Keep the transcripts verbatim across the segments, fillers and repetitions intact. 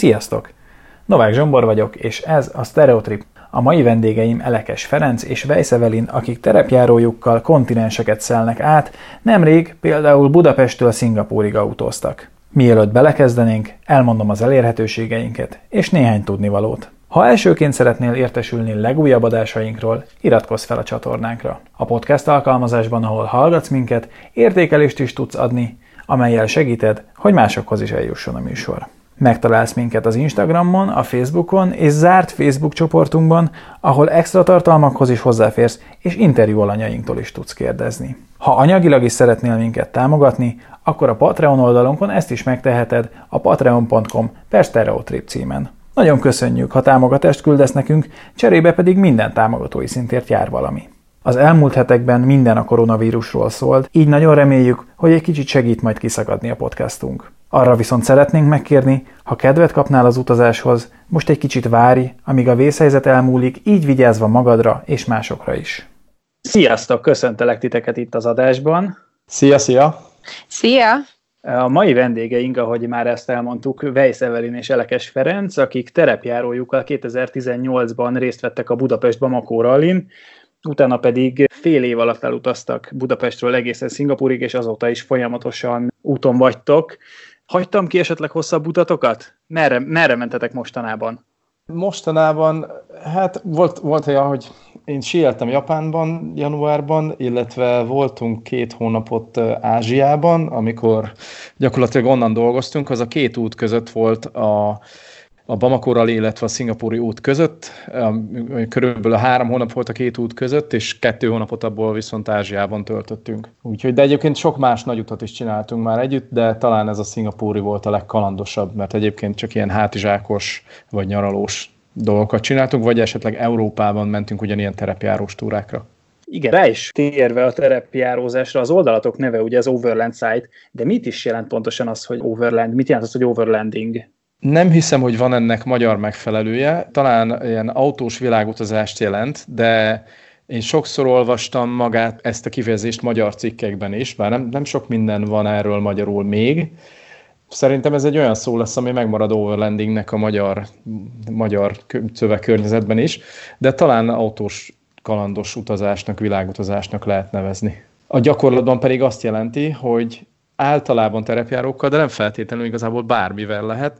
Sziasztok! Novák Zsombor vagyok, és ez a Stereotrip. A mai vendégeim Elekes Ferenc és Weisz Evelyn, akik terepjárójukkal kontinenseket szelnek át, nemrég például Budapesttől Szingapúrig autóztak. Mielőtt belekezdenénk, elmondom az elérhetőségeinket és néhány tudnivalót. Ha elsőként szeretnél értesülni legújabb adásainkról, iratkozz fel a csatornánkra. A podcast alkalmazásban, ahol hallgatsz minket, értékelést is tudsz adni, amellyel segíted, hogy másokhoz is eljusson a műsor. Megtalálsz minket az Instagramon, a Facebookon és zárt Facebook csoportunkban, ahol extra tartalmakhoz is hozzáférsz, és interjú alanyainktól is tudsz kérdezni. Ha anyagilag is szeretnél minket támogatni, akkor a Patreon oldalunkon ezt is megteheted a patreon pont com per Stereotrip címen. Nagyon köszönjük, ha támogatást küldesz nekünk, cserébe pedig minden támogatói szintért jár valami. Az elmúlt hetekben minden a koronavírusról szólt, így nagyon reméljük, hogy egy kicsit segít majd kiszakadni a podcastunk. Arra viszont szeretnénk megkérni, ha kedvet kapnál az utazáshoz, most egy kicsit várj, amíg a vészhelyzet elmúlik, így vigyázva magadra és másokra is. Sziasztok! Köszöntelek titeket itt az adásban. Szia, szia! Szia! A mai vendégeink, ahogy már ezt elmondtuk, Weisz Evelyn és Elekes Ferenc, akik terepjárójukkal kétezer-tizennyolcban részt vettek a Budapest-Bamako rallin, utána pedig fél év alatt elutaztak Budapestről egészen Szingapúrig, és azóta is folyamatosan úton vagytok. Hagytam ki esetleg hosszabb utatokat? Merre, merre mentetek mostanában? Mostanában, hát volt, volt olyan, hogy én síeltem Japánban januárban, illetve voltunk két hónapot Ázsiában, amikor gyakorlatilag onnan dolgoztunk. Az a két út között volt a a Bamako rally, illetve a szingapúri út között. Körülbelül három hónap volt a két út között, és kettő hónapot abból viszont Ázsiában töltöttünk. Úgyhogy, de egyébként sok más nagy utat is csináltunk már együtt, de talán ez a szingapúri volt a legkalandosabb, mert egyébként csak ilyen hátizsákos vagy nyaralós dolgokat csináltunk, vagy esetleg Európában mentünk ugyanilyen terepjárós túrákra. Igen, rá is térve a terepjárózásra, az oldalatok neve ugye az Overland Site, de mit is jelent pontosan az, hogy Overland? Mit jelent az, hogy Overlanding? Nem hiszem, hogy van ennek magyar megfelelője. Talán ilyen autós világutazást jelent, de én sokszor olvastam magát ezt a kifejezést magyar cikkekben is, bár nem, nem sok minden van erről magyarul még. Szerintem ez egy olyan szó lesz, ami megmarad overlandingnek a magyar, magyar szövegkörnyezetben is, de talán autós kalandos utazásnak, világutazásnak lehet nevezni. A gyakorlatban pedig azt jelenti, hogy általában terepjárókkal, de nem feltétlenül igazából bármivel lehet,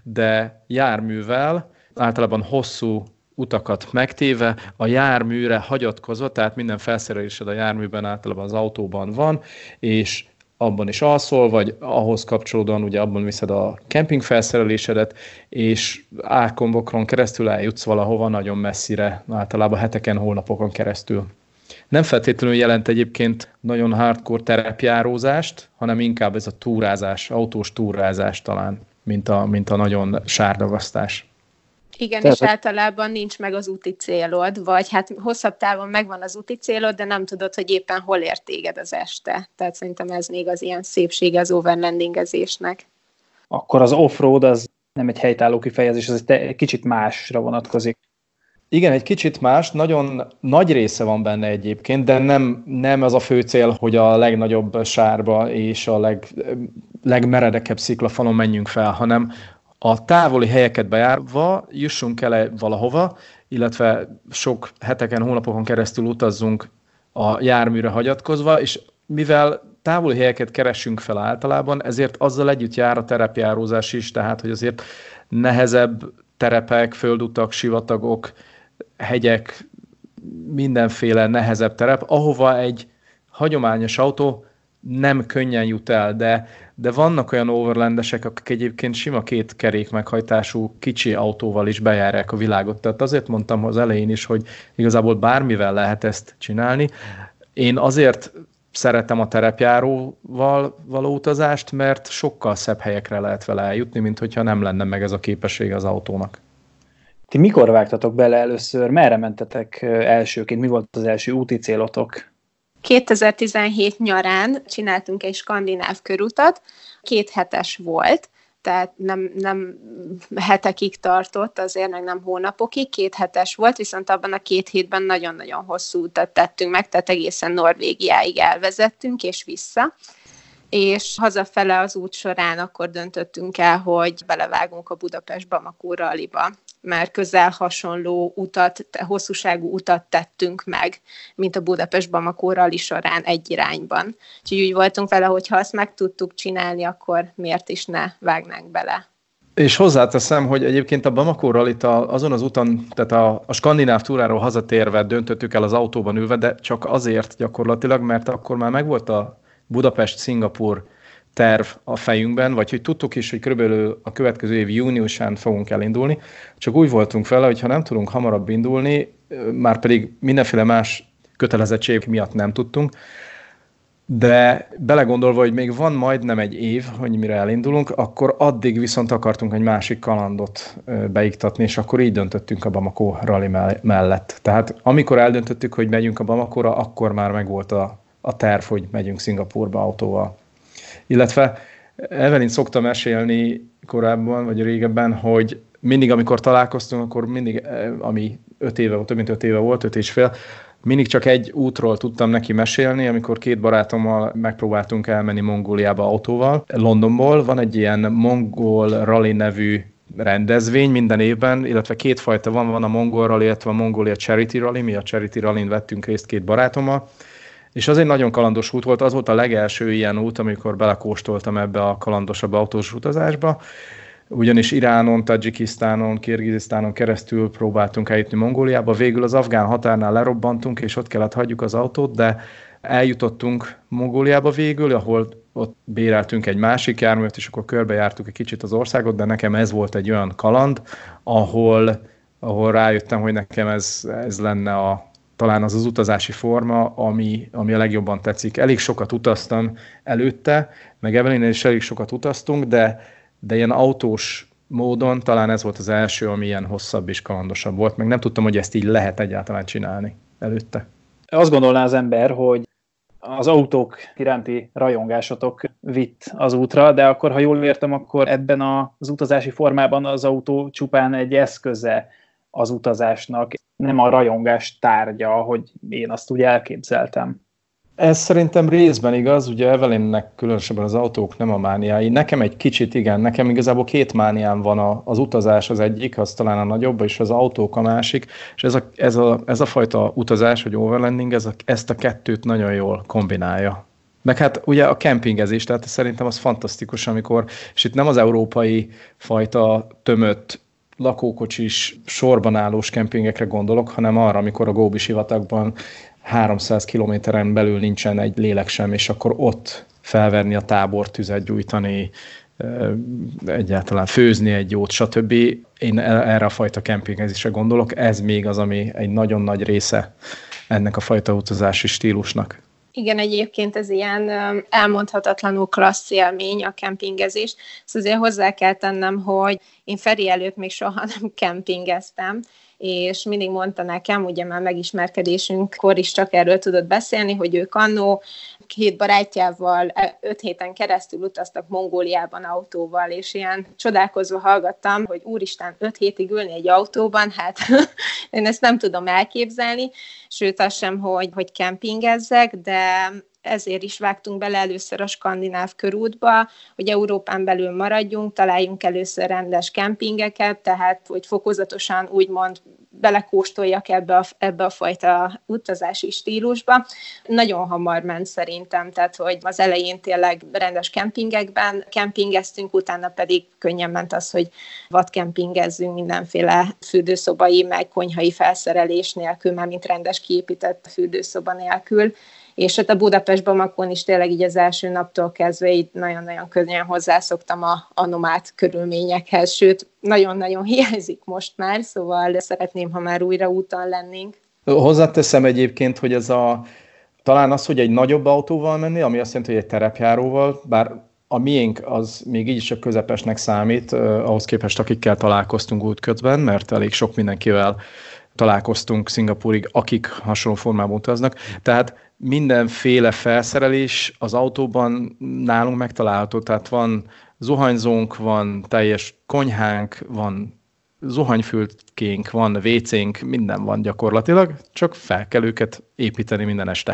de járművel, általában hosszú utakat megtéve, a járműre hagyatkozva, tehát minden felszerelésed a járműben általában az autóban van, és abban is alszol, vagy ahhoz kapcsolódóan ugye abban viszed a kemping felszerelésedet, és ákombokron keresztül eljutsz valahova nagyon messzire, általában heteken, hónapokon keresztül. Nem feltétlenül jelent egyébként nagyon hardcore terepjárózást, hanem inkább ez a túrázás, autós túrázás talán, mint a, mint a nagyon sárdagasztás. Igen, Tehát, és általában nincs meg az úti célod, vagy hát hosszabb távon megvan az úti célod, de nem tudod, hogy éppen hol ér téged az este. Tehát szerintem ez még az ilyen szépsége az overlandingezésnek. Akkor az offroad az nem egy helytálló kifejezés, az egy kicsit másra vonatkozik. Igen, egy kicsit más, nagyon nagy része van benne egyébként, de nem, nem az a fő cél, hogy a legnagyobb sárba és a leg, legmeredekebb sziklafalon menjünk fel, hanem a távoli helyeket bejárva jussunk el valahova, illetve sok heteken, hónapokon keresztül utazzunk a járműre hagyatkozva, és mivel távoli helyeket keressünk fel általában, ezért azzal együtt jár a terepjárózás is, tehát hogy azért nehezebb terepek, földutak, sivatagok, hegyek, mindenféle nehezebb terep, ahova egy hagyományos autó nem könnyen jut el, de, de vannak olyan overlandesek, akik egyébként sima két kerék meghajtású kicsi autóval is bejárják a világot. Tehát azért mondtam az elején is, hogy igazából bármivel lehet ezt csinálni. Én azért szeretem a terepjáróval való utazást, mert sokkal szebb helyekre lehet vele eljutni, mint hogyha nem lenne meg ez a képesség az autónak. Ti mikor vágtatok bele először? Merre mentetek elsőként? Mi volt az első úti célotok? kétezer-tizenhét nyarán csináltunk egy skandináv körutat, két hetes volt, tehát nem, nem hetekig tartott, azért meg nem hónapokig, két hetes volt, viszont abban a két hétben nagyon-nagyon hosszú utat tettünk meg, tehát egészen Norvégiáig elvezettünk és vissza. és hazafele az út során akkor döntöttünk el, hogy belevágunk a Budapest-Bamako ralliba, mert közel hasonló utat, hosszúságú utat tettünk meg, mint a Budapest-Bamako rally során egy irányban. Úgyhogy úgy voltunk vele, hogy ha azt meg tudtuk csinálni, akkor miért is ne vágnánk bele. És hozzáteszem, hogy egyébként a Bamako rallyt azon az úton, tehát a, a skandináv túráról hazatérve döntöttük el az autóban ülve, de csak azért gyakorlatilag, mert akkor már megvolt a Budapest-Szingapúr terv a fejünkben, vagy hogy tudtuk is, hogy körülbelül a következő év júniusán fogunk elindulni. Csak úgy voltunk vele, hogy ha nem tudunk hamarabb indulni, már pedig mindenféle más kötelezettség miatt nem tudtunk, de belegondolva, hogy még van majdnem egy év, hogy mire elindulunk, akkor addig viszont akartunk egy másik kalandot beiktatni, és akkor így döntöttünk a Bamako rally mellett. Tehát amikor eldöntöttük, hogy megyünk a Bamakóra, akkor már megvolt a, a terv, hogy megyünk Szingapúrba autóval. Illetve Evelyn szokta mesélni korábban, vagy régebben, hogy mindig, amikor találkoztunk, akkor mindig, ami öt éve volt, több mint öt éve volt, öt és fél, mindig csak egy útról tudtam neki mesélni, amikor két barátommal megpróbáltunk elmenni Mongóliába autóval. Londonból van egy ilyen Mongol Rally nevű rendezvény minden évben, illetve kétfajta van, van a Mongol Rally, illetve a Mongolia Charity Rally, mi a Charity Rallyn vettünk részt két barátommal, és az egy nagyon kalandos út volt, az volt a legelső ilyen út, amikor belekóstoltam ebbe a kalandosabb autós utazásba, ugyanis Iránon, Tadzsikisztánon, Kirgizisztánon keresztül próbáltunk eljutni Mongóliába, végül az afgán határnál lerobbantunk, és ott kellett hagyjuk az autót, de eljutottunk Mongóliába végül, ahol ott béreltünk egy másik járművet, és akkor körbejártuk egy kicsit az országot, de nekem ez volt egy olyan kaland, ahol, ahol rájöttem, hogy nekem ez, ez lenne a, talán az az utazási forma, ami, ami a legjobban tetszik. Elég sokat utaztam előtte, meg Evelyn is elég sokat utaztunk, de de ilyen autós módon talán ez volt az első, ami ilyen hosszabb és kalandosabb volt, meg nem tudtam, hogy ezt így lehet egyáltalán csinálni előtte. Azt gondolná az ember, hogy az autók iránti rajongásotok vitt az útra, de akkor, ha jól értem, akkor ebben az utazási formában az autó csupán egy eszköze az utazásnak, nem a rajongás tárgya, hogy én azt úgy elképzeltem. Ez szerintem részben igaz, ugye Evelynnek különösebben az autók nem a mániái. Nekem egy kicsit igen, nekem igazából két mániám van, az utazás az egyik, az talán a nagyobb, és az autók a másik, és ez a, ez a, ez a fajta utazás, vagy overlanding, ez a, ezt a kettőt nagyon jól kombinálja. Meg hát ugye a kempingezés, tehát szerintem az fantasztikus, amikor, és itt nem az európai fajta tömött lakókocsis, sorban állós kempingekre gondolok, hanem arra, amikor a Góbi sivatagban háromszáz kilométeren belül nincsen egy lélek sem, és akkor ott felverni a tábortüzet, gyújtani, egyáltalán főzni egy jót, stb. Én erre a fajta kempingezésre gondolok, ez még az, ami egy nagyon nagy része ennek a fajta utazási stílusnak. Igen, egyébként ez ilyen elmondhatatlanul klassz élmény, a kempingezés. Ezt azért hozzá kell tennem, hogy én Feri előtt még soha nem kempingeztem, és mindig mondta nekem, ugye már megismerkedésünkkor is csak erről tudott beszélni, hogy ők annó két barátjával öt héten keresztül utaztak Mongóliában autóval, és ilyen csodálkozva hallgattam, hogy úristen, öt hétig ülni egy autóban, hát én ezt nem tudom elképzelni, sőt az sem, hogy, hogy kempingezzek, de ezért is vágtunk bele először a skandináv körútba, hogy Európán belül maradjunk, találjunk először rendes kempingeket, tehát hogy fokozatosan úgymond belekóstoljak ebbe a, ebbe a fajta utazási stílusba. Nagyon hamar ment szerintem, tehát hogy az elején tényleg rendes kempingekben kempingeztünk, utána pedig könnyen ment az, hogy vadkempingezzünk mindenféle fürdőszobai, meg konyhai felszerelés nélkül, már mint rendes kiépített fürdőszoba nélkül. És hát a Budapest-Bamakón is tényleg így az első naptól kezdve így nagyon-nagyon könnyen hozzászoktam a, a nomád körülményekhez, sőt, nagyon-nagyon hiányzik most már, szóval szeretném, ha már újra úton lennénk. Hozzáteszem egyébként, hogy ez a, talán az, hogy egy nagyobb autóval menni, ami azt jelenti, hogy egy terepjáróval, bár a miénk az még így is csak közepesnek számít, eh, ahhoz képest akikkel találkoztunk útközben, mert elég sok mindenkivel találkoztunk Szingapúrig, akik hasonló formában utaznak. Tehát mindenféle felszerelés az autóban nálunk megtalálható. Tehát van zuhanyzónk, van teljes konyhánk, van zuhanyfülkénk, van vécénk, minden van gyakorlatilag, csak fel kell őket építeni minden este.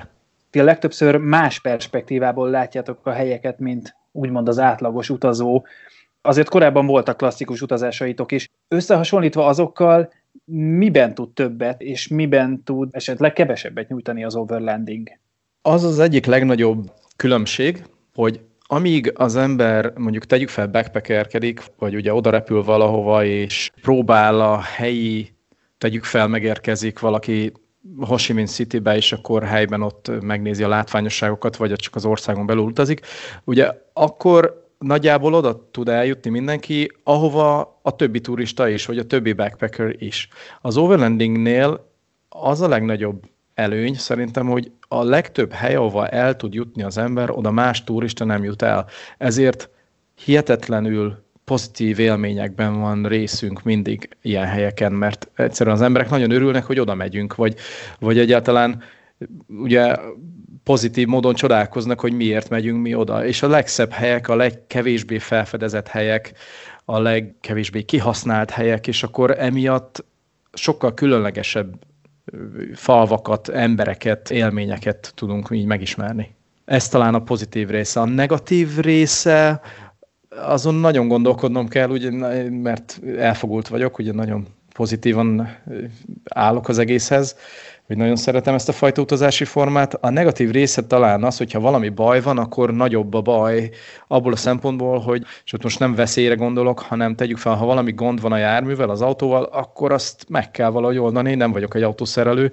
ti a legtöbbször más perspektívából látjátok a helyeket, mint úgymond az átlagos utazó. Azért korábban voltak klasszikus utazásaitok is. Összehasonlítva azokkal, miben tud többet, és miben tud esetleg kevesebbet nyújtani az overlanding? Az az egyik legnagyobb különbség, hogy amíg az ember mondjuk tegyük fel backpackerkedik, vagy ugye oda repül valahova, és próbál a helyi, tegyük fel megérkezik valaki Ho Chi Minh Citybe, és akkor helyben ott megnézi a látványosságokat, vagy csak az országon belül utazik, ugye akkor nagyjából oda tud eljutni mindenki, ahova a többi turista is, vagy a többi backpacker is. Az overlandingnél az a legnagyobb előny szerintem, hogy a legtöbb hely, ahova el tud jutni az ember, oda más turista nem jut el. Ezért hihetetlenül pozitív élményekben van részünk mindig ilyen helyeken, mert egyszerűen az emberek nagyon örülnek, hogy oda megyünk, vagy, vagy egyáltalán ugye pozitív módon csodálkoznak, hogy miért megyünk mi oda. És a legszebb helyek, a legkevésbé felfedezett helyek, a legkevésbé kihasznált helyek, és akkor emiatt sokkal különlegesebb falvakat, embereket, élményeket tudunk így megismerni. Ez talán a pozitív része. A negatív része, azon nagyon gondolkodnom kell, ugye, mert elfogult vagyok, ugye nagyon pozitívan állok az egészhez, hogy nagyon szeretem ezt a fajta utazási formát. A negatív része talán az, hogyha valami baj van, akkor nagyobb a baj abból a szempontból, hogy, és ott most nem veszélyre gondolok, hanem tegyük fel, ha valami gond van a járművel, az autóval, akkor azt meg kell valahogy oldani, nem vagyok egy autószerelő,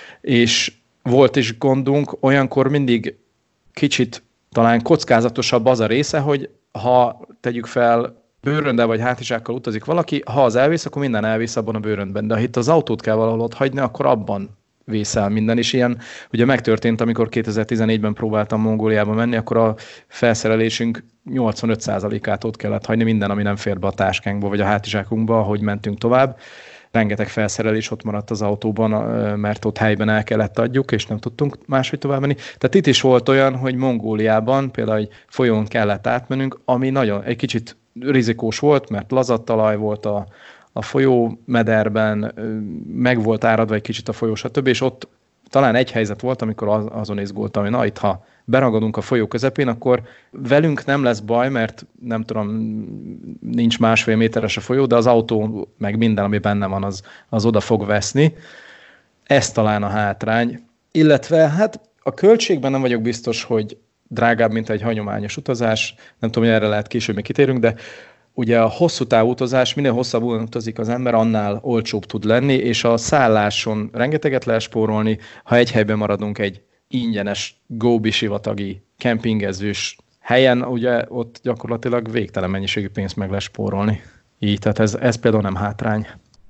és volt is gondunk, olyankor mindig kicsit talán kockázatosabb az a része, hogy ha tegyük fel, bőröndel vagy hátizsákkal utazik valaki, ha az elvész, akkor minden elvész abban a bőröndben, de ha itt az autót kell valahol ott hagyni, akkor abban vészel minden, és ilyen ugye megtörtént, amikor kétezer-tizennégyben próbáltam Mongóliába menni, akkor a felszerelésünk nyolcvanöt százalékát ott kellett hagyni, minden, ami nem fér be a táskánkba, vagy a hátizsákunkba, ahogy mentünk tovább. Rengeteg felszerelés ott maradt az autóban, mert ott helyben el kellett adjuk, és nem tudtunk máshogy tovább menni. Tehát itt is volt olyan, hogy Mongóliában például egy folyón kellett átmennünk, ami nagyon egy kicsit rizikós volt, mert lazadt talaj volt a, a folyó mederben, meg volt áradva egy kicsit a folyó, stb. És ott talán egy helyzet volt, amikor az, azon izgultam, hogy na itt, ha beragadunk a folyó közepén, akkor velünk nem lesz baj, mert nem tudom, nincs másfél méteres a folyó, de az autó, meg minden, ami benne van, az, az oda fog veszni. Ez talán a hátrány. Illetve hát a költségben nem vagyok biztos, hogy drágább, mint egy hagyományos utazás. Nem tudom, hogy erre lehet később még kitérünk, de ugye a hosszú távú utazás, minél hosszabbul utazik az ember, annál olcsóbb tud lenni, és a szálláson rengeteget lehet spórolni, ha egy helyben maradunk egy ingyenes Gobi-sivatagi kempingezős helyen, ugye ott gyakorlatilag végtelen mennyiségű pénzt meg lehet spórolni. Így, tehát ez, ez például nem hátrány.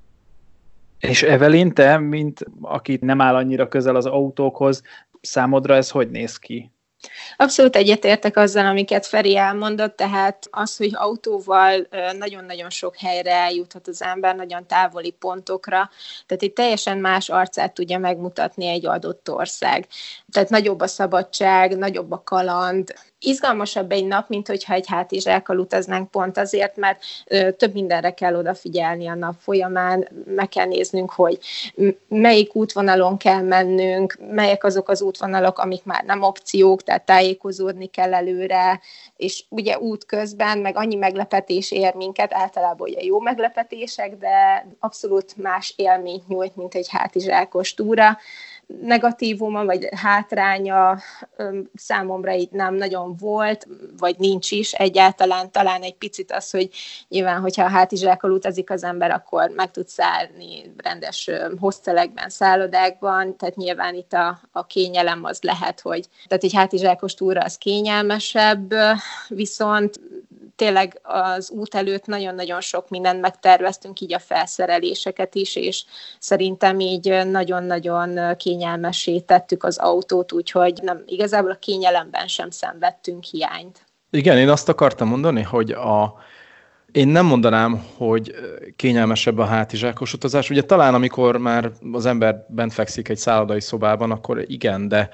És Evelyn, te, mint aki nem áll annyira közel az autókhoz, számodra ez hogy néz ki? Abszolút egyetértek azzal, amiket Feri elmondott, tehát az, hogy autóval nagyon-nagyon sok helyre eljuthat az ember, nagyon távoli pontokra, tehát egy teljesen más arcát tudja megmutatni egy adott ország. Tehát nagyobb a szabadság, nagyobb a kaland, izgalmasabb egy nap, mint hogyha egy hátizsákkal utaznánk, pont azért, mert ö, több mindenre kell odafigyelni a nap folyamán, meg kell néznünk, hogy melyik útvonalon kell mennünk, melyek azok az útvonalak, amik már nem opciók, tehát tájékozódni kell előre, és ugye út közben meg annyi meglepetés ér minket, általában ugye jó meglepetések, de abszolút más élményt nyújt, mint egy hátizsákos túra. Negatívuma vagy hátránya számomra itt nem nagyon volt, vagy nincs is egyáltalán. Talán egy picit az, hogy nyilván, hogyha a hátizsákkal utazik az ember, akkor meg tud szállni rendes hostelekben, szállodákban, tehát nyilván itt a, a kényelem az lehet, hogy tehát egy hátizsákos túra az kényelmesebb, viszont tényleg az út előtt nagyon-nagyon sok mindent megterveztünk, így a felszereléseket is, és szerintem így nagyon-nagyon kényelmessé tettük az autót, úgyhogy nem, igazából a kényelemben sem szenvedtünk hiányt. Igen, én azt akartam mondani, hogy a, én nem mondanám, hogy kényelmesebb a hátizsákos utazás. Ugye talán amikor már az ember bent fekszik egy szállodai szobában, akkor igen, de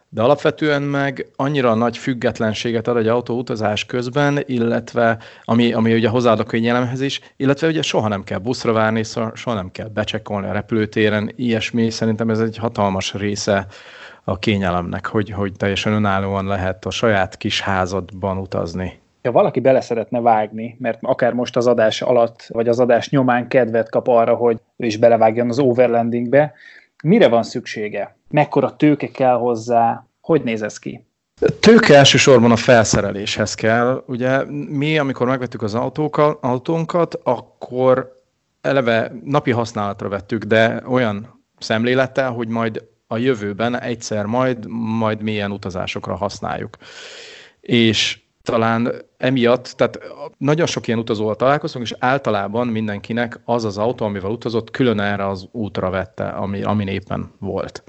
De alapvetően meg annyira nagy függetlenséget ad egy autó utazás közben, illetve, ami, ami ugye hozzáad a kényelemhez is, illetve ugye soha nem kell buszra várni, soha nem kell becsekkolni a repülőtéren, ilyesmi, szerintem ez egy hatalmas része a kényelemnek, hogy, hogy teljesen önállóan lehet a saját kis házadban utazni. Ha valaki bele szeretne vágni, mert akár most az adás alatt, vagy az adás nyomán kedvet kap arra, hogy ő is belevágjon az overlandingbe, mire van szüksége? Mekkora tőke kell hozzá? Hogy néz ez ki? Tőke elsősorban a felszereléshez kell. Ugye mi, amikor megvettük az autókat, autónkat, akkor eleve napi használatra vettük, de olyan szemlélettel, hogy majd a jövőben egyszer majd, majd milyen utazásokra használjuk. És talán emiatt, tehát nagyon sok ilyen utazóval találkoztunk, és általában mindenkinek az az autó, amivel utazott, külön erre az útra vette, ami, amin éppen volt.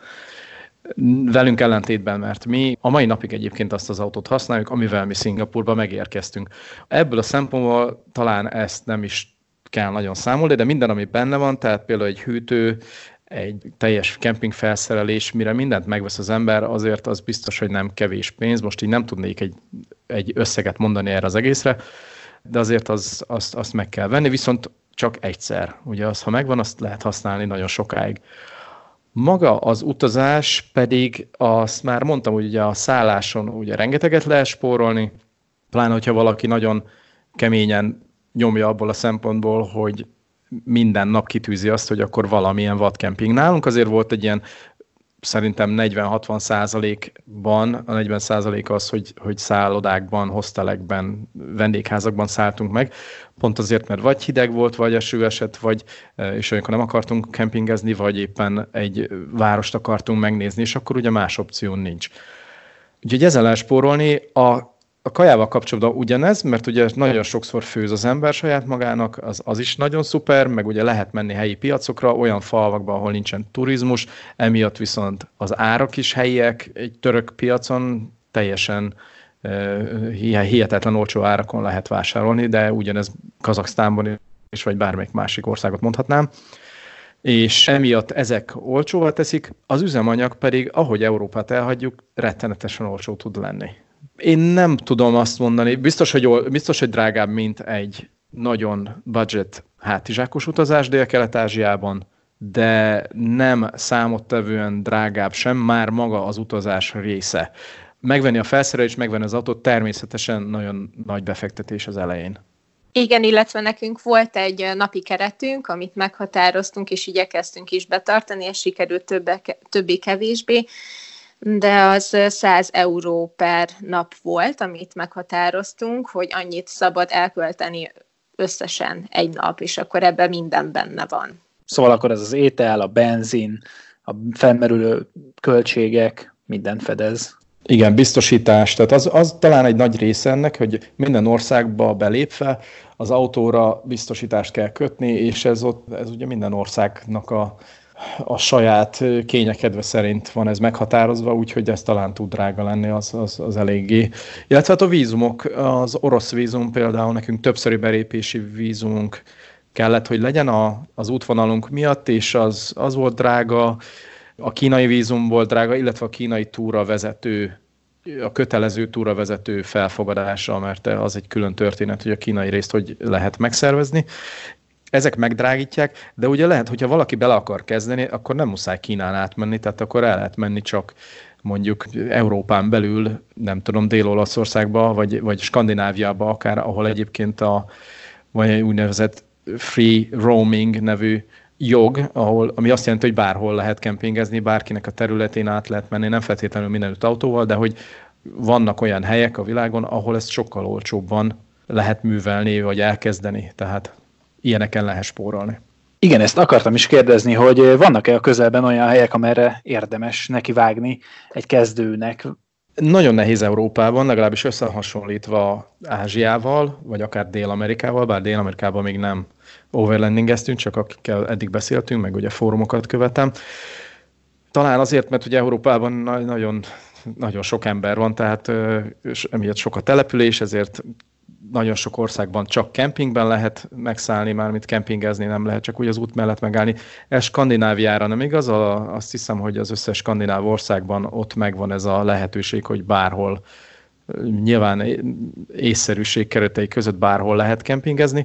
Velünk ellentétben, mert mi a mai napig egyébként azt az autót használjuk, amivel mi Szingapúrba megérkeztünk. Ebből a szempontból talán ezt nem is kell nagyon számolni, de minden, ami benne van, tehát például egy hűtő, egy teljes kempingfelszerelés, mire mindent megvesz az ember, azért az biztos, hogy nem kevés pénz. Most így nem tudnék egy, egy összeget mondani erre az egészre, de azért az, azt, azt meg kell venni, viszont csak egyszer. Ugye az, ha megvan, azt lehet használni nagyon sokáig. Maga az utazás pedig, azt már mondtam, hogy ugye a szálláson ugye rengeteget lehet spórolni, pláne, hogyha valaki nagyon keményen nyomja abból a szempontból, hogy minden nap kitűzi azt, hogy akkor valamilyen vadkemping. Nálunk azért volt egy ilyen, szerintem negyven-hatvan százalékban, a negyven százalék az, hogy, hogy szállodákban, hostelekben, vendégházakban szálltunk meg, pont azért, mert vagy hideg volt, vagy eső esett, vagy, és olyankor nem akartunk kempingezni, vagy éppen egy várost akartunk megnézni, és akkor ugye más opció nincs. Úgyhogy ezzel lehet spórolni. A A kajával kapcsolatban ugyanez, mert ugye nagyon sokszor főz az ember saját magának, az, az is nagyon szuper, meg ugye lehet menni helyi piacokra, olyan falvakban, ahol nincsen turizmus, emiatt viszont az árak is helyiek, egy török piacon teljesen uh, hihetetlen olcsó árakon lehet vásárolni, de ugyanez Kazaksztánban is, vagy bármelyik másik országot mondhatnám. És emiatt ezek olcsóvá teszik, az üzemanyag pedig, ahogy Európát elhagyjuk, rettenetesen olcsó tud lenni. Én nem tudom azt mondani, biztos, hogy, biztos, hogy drágább, mint egy nagyon budget hátizsákos utazás Dél-Kelet-Ázsiában, de nem számottevően drágább sem, már maga az utazás része. Megvenni a felszerelést, megvenni az autót természetesen nagyon nagy befektetés az elején. Igen, illetve nekünk volt egy napi keretünk, amit meghatároztunk, és igyekeztünk is betartani, és sikerült többe, többé-kevésbé, de az száz euró per nap volt, amit meghatároztunk, hogy annyit szabad elkölteni összesen egy nap, és akkor ebben minden benne van. Szóval akkor ez az étel, a benzin, a felmerülő költségek, mindent fedez. Igen, biztosítás. Tehát az, az talán egy nagy része ennek, hogy minden országba belépve az autóra biztosítást kell kötni, és ez, ott, ez ugye minden országnak a a saját kényekedve szerint van ez meghatározva, úgyhogy ez talán tud drága lenni, az, az, az eléggé. Illetve hát a vízumok, az orosz vízum például, nekünk többszöri belépési vízumunk kellett, hogy legyen a, az útvonalunk miatt, és az, az volt drága, a kínai vízum volt drága, illetve a kínai túra vezető, a kötelező túra vezető felfogadása, mert az egy külön történet, hogy a kínai részt hogy lehet megszervezni. Ezek megdrágítják, de ugye lehet, hogyha valaki bele akar kezdeni, akkor nem muszáj Kínán átmenni, tehát akkor el lehet menni csak mondjuk Európán belül, nem tudom, Dél-Olaszországba, vagy, vagy Skandináviába akár, ahol egyébként a, vagy egy úgynevezett free roaming nevű jog, ahol, ami azt jelenti, hogy bárhol lehet kempingezni, bárkinek a területén át lehet menni, nem feltétlenül mindenütt autóval, de hogy vannak olyan helyek a világon, ahol ezt sokkal olcsóbban lehet művelni, vagy elkezdeni, tehát ilyeneken lehet spórolni. Igen, ezt akartam is kérdezni, hogy vannak-e a közelben olyan helyek, amerre érdemes nekivágni egy kezdőnek? Nagyon nehéz Európában, legalábbis összehasonlítva Ázsiával, vagy akár Dél-Amerikával, bár Dél-Amerikában még nem overlandingeztünk, csak akikkel eddig beszéltünk, meg ugye fórumokat követem. Talán azért, mert ugye Európában nagyon, nagyon sok ember van, tehát és emiatt sok a település, ezért nagyon sok országban csak kempingben lehet megszállni, mármint kempingezni nem lehet, csak úgy az út mellett megállni. Ez Skandináviára nem igaz, azt hiszem, hogy az összes skandináv országban ott megvan ez a lehetőség, hogy bárhol, nyilván észszerűség keretei között bárhol lehet kempingezni,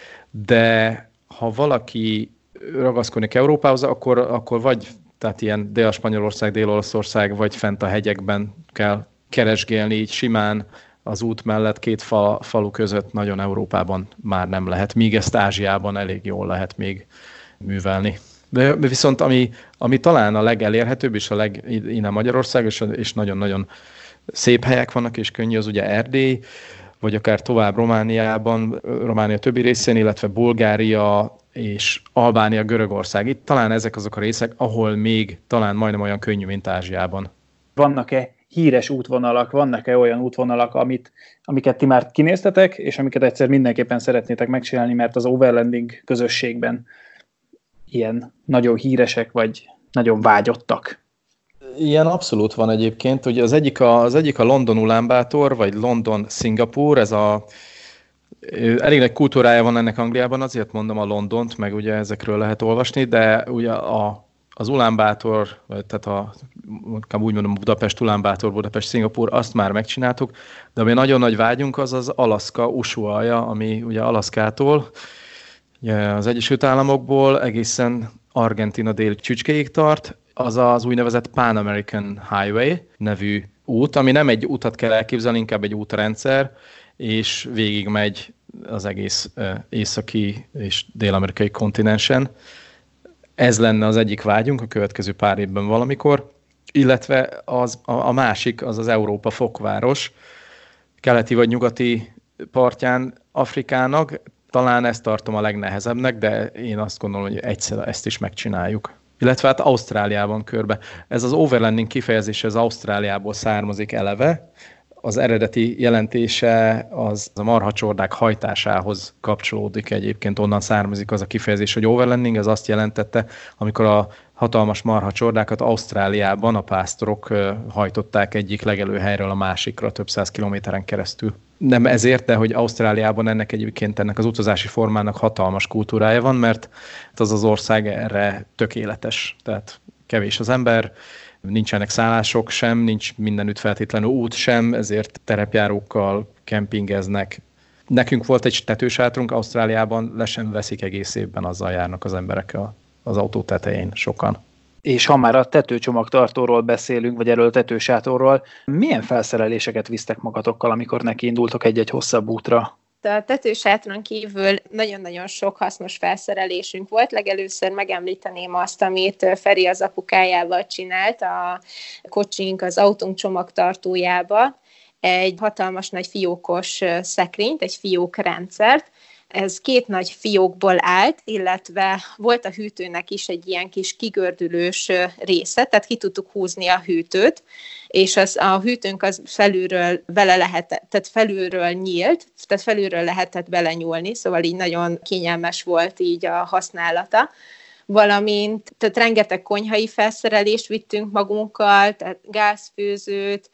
de ha valaki ragaszkodik Európához, akkor, akkor vagy tehát ilyen Dél-Spanyolország, Dél-Olaszország, vagy fent a hegyekben kell keresgélni így simán az út mellett két fal, falu között, nagyon Európában már nem lehet, míg ezt Ázsiában elég jól lehet még művelni. De viszont ami, ami talán a legelérhetőbb, és a leg, innen Magyarország, és, és nagyon-nagyon szép helyek vannak, és könnyű, az ugye Erdély, vagy akár tovább Romániában, Románia többi részén, illetve Bulgária és Albánia, Görögország. Itt talán ezek azok a részek, ahol még talán majdnem olyan könnyű, mint Ázsiában. Vannak-e híres útvonalak, vannak-e olyan útvonalak, amit, amiket ti már kinéztetek, és amiket egyszer mindenképpen szeretnétek megcsinálni, mert az overlanding közösségben ilyen nagyon híresek, vagy nagyon vágyottak? Ilyen abszolút van egyébként. Ugye az egyik a, az egyik a London Ulánbátor, vagy London Szingapúr, ez a elég nagy kultúrája van ennek Angliában, azért mondom a Londont, meg ugye ezekről lehet olvasni, de ugye a, az Ulánbátor, tehát a, úgy mondom Budapest, Ulánbátor, Budapest, Szingapúr, azt már megcsináltuk, de ami nagyon nagy vágyunk, az az Alaska Ushuaia, ami ugye Alaszkától, ugye az Egyesült Államokból egészen Argentína déli csücskéig tart, az az úgynevezett Pan American Highway nevű út, ami nem egy utat kell elképzelni, inkább egy útrendszer, és végig megy az egész északi és dél-amerikai kontinensen. Ez lenne az egyik vágyunk a következő pár évben valamikor, illetve az, a, a másik, az az Európa fokváros, keleti vagy nyugati partján Afrikának. Talán ezt tartom a legnehezebbnek, de én azt gondolom, hogy egyszer ezt is megcsináljuk. Illetve hát Ausztráliában körbe. Ez az overlanding kifejezés, ez Ausztráliából származik eleve. Az eredeti jelentése az a marhacsordák hajtásához kapcsolódik egyébként, onnan származik az a kifejezés, hogy overlanding, ez azt jelentette, amikor a hatalmas marhacsordákat Ausztráliában a pásztorok hajtották egyik legelőhelyről a másikra több száz kilométeren keresztül. Nem ezért, de hogy Ausztráliában ennek egyébként ennek az utazási formának hatalmas kultúrája van, mert az az ország erre tökéletes, tehát kevés az ember, nincsenek szállások sem, nincs mindenütt feltétlenül út sem, ezért terepjárókkal kempingeznek. Nekünk volt egy tetősátrunk Ausztráliában, le sem veszik egész évben, azzal járnak az emberek az autó tetején sokan. És ha már a tetőcsomagtartóról beszélünk, vagy erről a tetősátorról, milyen felszereléseket visztek magatokkal, amikor nekiindultok egy-egy hosszabb útra? A tetősátron kívül nagyon-nagyon sok hasznos felszerelésünk volt. Legelőször megemlíteném azt, amit Feri az apukájával csinált, a kocsink, az autónk csomagtartójába. Egy hatalmas nagy fiókos szekrényt, egy fiókrendszert. Ez két nagy fiókból állt, illetve volt a hűtőnek is egy ilyen kis kigördülős része, tehát ki tudtuk húzni a hűtőt, és az, a hűtőnk az felülről vele lehetett, tehát felülről nyílt, tehát felülről lehetett belenyúlni, szóval így nagyon kényelmes volt így a használata. Valamint, tehát rengeteg konyhai felszerelést vittünk magunkkal, tehát gázfőzőt,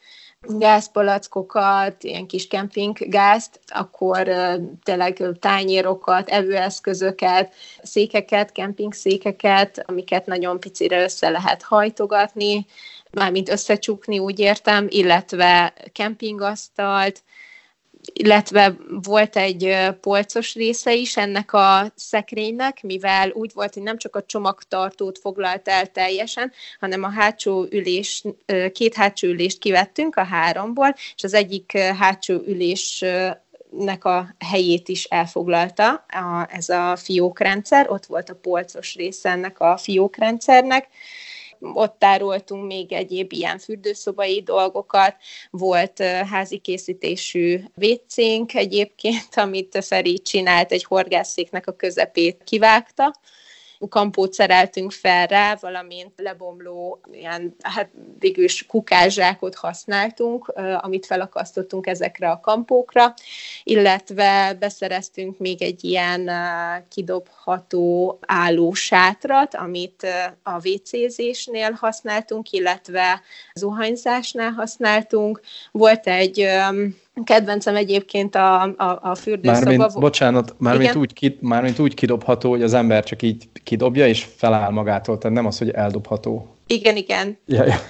gázpalackokat, ilyen kis kempinggázt, akkor uh, tényleg tányérokat, evőeszközöket, székeket, kempingszékeket, amiket nagyon picire össze lehet hajtogatni, mármint összecsukni, úgy értem, illetve kempingasztalt, illetve volt egy polcos része is ennek a szekrénynek, mivel úgy volt, hogy nem csak a csomagtartót foglalt el teljesen, hanem a hátsó ülés, két hátsó ülést kivettünk a háromból, és az egyik hátsó ülésnek a helyét is elfoglalta a, ez a fiókrendszer, ott volt a polcos része ennek a fiókrendszernek. Ott tároltunk még egyéb ilyen fürdőszobai dolgokat, volt házi készítésű vécénk egyébként, amit Feri csinált, egy horgászszéknek a közepét kivágta, kampót szereltünk fel rá, valamint lebomló, ilyen, hát végülis kukázsákot használtunk, amit felakasztottunk ezekre a kampókra, illetve beszereztünk még egy ilyen kidobható állósátrat, amit a vécézésnél használtunk, illetve zuhanyzásnál használtunk. Volt egy Kedvencem egyébként a, a, a fürdőszoba. Mármint, bocsánat, mármint úgy, ki, mármint úgy kidobható, hogy az ember csak így kidobja, és feláll magától, tehát nem az, hogy eldobható. Igen, igen. Ja, ja.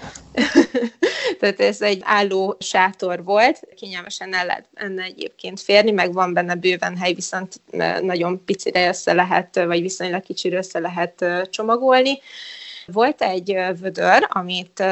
Tehát ez egy álló sátor volt, kényelmesen el lehet benne egyébként férni, meg van benne bőven hely, viszont nagyon picire össze lehet, vagy viszonylag kicsire össze lehet csomagolni. Volt egy vödör, amit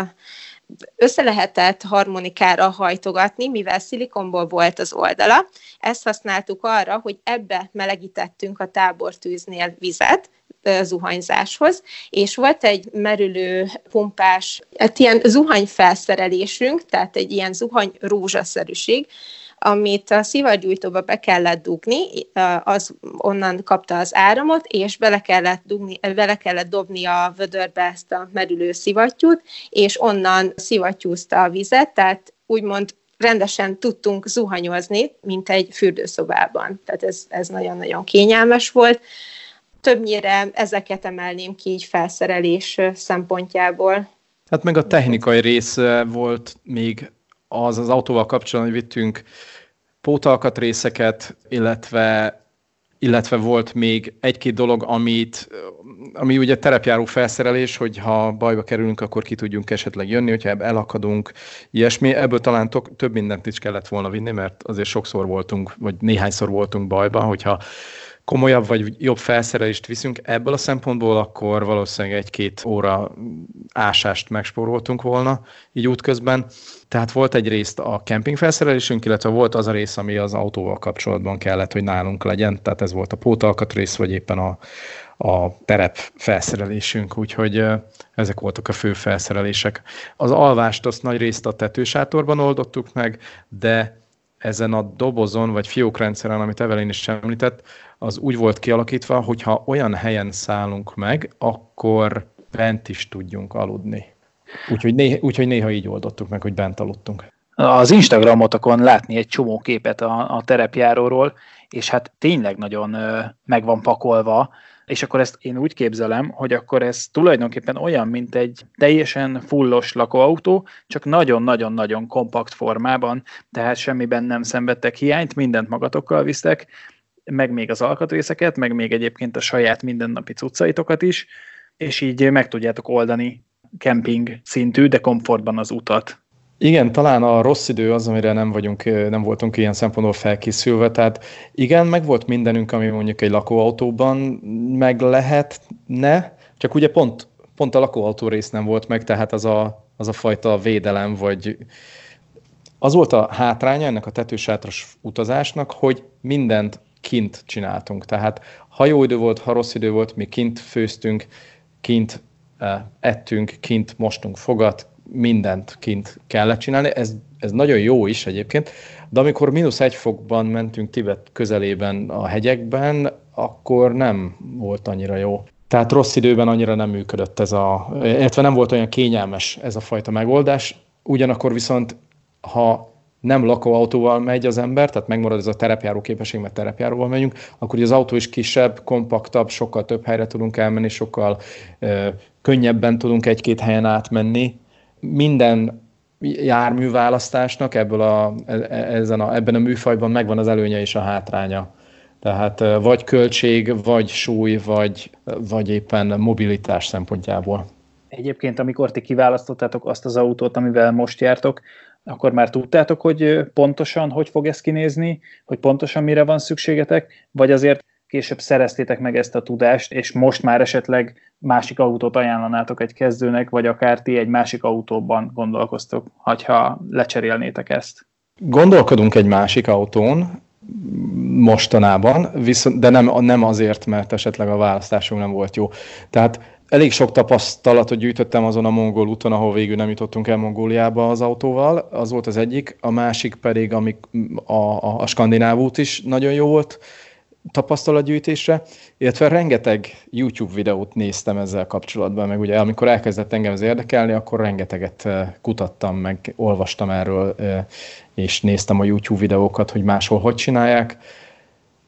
össze lehetett harmonikára hajtogatni, mivel szilikonból volt az oldala. Ezt használtuk arra, hogy ebbe melegítettünk a tábortűznél vizet zuhanyzáshoz, és volt egy merülő pumpás, egy ilyen zuhanyfelszerelésünk, tehát egy ilyen zuhany rózsaszerűség, amit a szivargyújtóba be kellett dugni, az onnan kapta az áramot, és bele kellett, dugni, bele kellett dobni a vödörbe ezt a merülő szivattyút, és onnan szivattyúzta a vizet, tehát úgymond rendesen tudtunk zuhanyozni, mint egy fürdőszobában. Tehát ez, ez nagyon-nagyon kényelmes volt. Többnyire ezeket emelném ki így felszerelés szempontjából. Hát meg a technikai rész volt még az az autóval kapcsolatban, hogy vittünk pótalkatrészeket, illetve, illetve volt még egy-két dolog, amit, ami ugye terepjáró felszerelés, hogy ha bajba kerülünk, akkor ki tudjunk esetleg jönni, hogyha elakadunk, ilyesmi. Ebből talán tok, több mindent is kellett volna vinni, mert azért sokszor voltunk, vagy néhányszor voltunk bajban, hogyha komolyabb vagy jobb felszerelést viszünk ebből a szempontból, akkor valószínűleg egy-két óra ásást megspóroltunk volna így útközben. Tehát volt egy részt a kemping felszerelésünk, illetve volt az a rész, ami az autóval kapcsolatban kellett, hogy nálunk legyen. Tehát ez volt a pótalkatrész, vagy éppen a, a terep felszerelésünk, úgyhogy ezek voltak a fő felszerelések. Az alvást azt nagy részt a tetősátorban oldottuk meg, de ezen a dobozon, vagy fiókrendszeren, amit Evelyn is említett, az úgy volt kialakítva, hogyha olyan helyen szállunk meg, akkor bent is tudjunk aludni. Úgyhogy néha, úgyhogy néha így oldottuk meg, hogy bent aludtunk. Az Instagramotokon látni egy csomó képet a, a terepjáróról, és hát tényleg nagyon ö, meg van pakolva, és akkor ezt én úgy képzelem, hogy akkor ez tulajdonképpen olyan, mint egy teljesen fullos lakóautó, csak nagyon-nagyon-nagyon kompakt formában, tehát semmiben nem szenvedtek hiányt, mindent magatokkal visztek, meg még az alkatrészeket, meg még egyébként a saját mindennapi cuccaitokat is, és így meg tudjátok oldani kemping szintű, de komfortban az utat. Igen, talán a rossz idő az, amire nem vagyunk, nem voltunk ilyen szempontból felkészülve, tehát igen, meg volt mindenünk, ami mondjuk egy lakóautóban meg lehetne, csak ugye pont, pont a lakóautó rész nem volt meg, tehát az a, az a fajta védelem, vagy az volt a hátránya ennek a tetősátras utazásnak, hogy mindent kint csináltunk, tehát ha jó idő volt, ha rossz idő volt, mi kint főztünk, kint ettünk, kint mostunk fogat, mindent kint kellett csinálni, ez, ez nagyon jó is egyébként, de amikor mínusz egy fokban mentünk Tibet közelében a hegyekben, akkor nem volt annyira jó. Tehát rossz időben annyira nem működött ez a, illetve nem volt olyan kényelmes ez a fajta megoldás, ugyanakkor viszont, ha nem lakóautóval megy az ember, tehát megmarad ez a terepjáró képesség, mert terepjáróval megyünk, akkor az autó is kisebb, kompaktabb, sokkal több helyre tudunk elmenni, sokkal ö, könnyebben tudunk egy-két helyen átmenni. Minden járműválasztásnak ebből a, ezen a, ebben a műfajban megvan az előnye és a hátránya. Tehát vagy költség, vagy súly, vagy, vagy éppen mobilitás szempontjából. Egyébként, amikor ti kiválasztottátok azt az autót, amivel most jártok, akkor már tudtátok, hogy pontosan hogy fog ez kinézni, hogy pontosan mire van szükségetek, vagy azért később szereztétek meg ezt a tudást, és most már esetleg másik autót ajánlanátok egy kezdőnek, vagy akár ti egy másik autóban gondolkoztok, ha lecserélnétek ezt? Gondolkodunk egy másik autón mostanában, viszont, de nem, nem azért, mert esetleg a választásunk nem volt jó. Tehát elég sok tapasztalatot gyűjtöttem azon a mongol úton, ahol végül nem jutottunk el Mongóliába az autóval, az volt az egyik, a másik pedig amik a, a, a skandináv út is nagyon jó volt tapasztalatgyűjtésre, illetve rengeteg YouTube videót néztem ezzel kapcsolatban, meg ugye amikor elkezdett engem ez érdekelni, akkor rengeteget kutattam, meg olvastam erről, és néztem a YouTube videókat, hogy máshol hogy csinálják,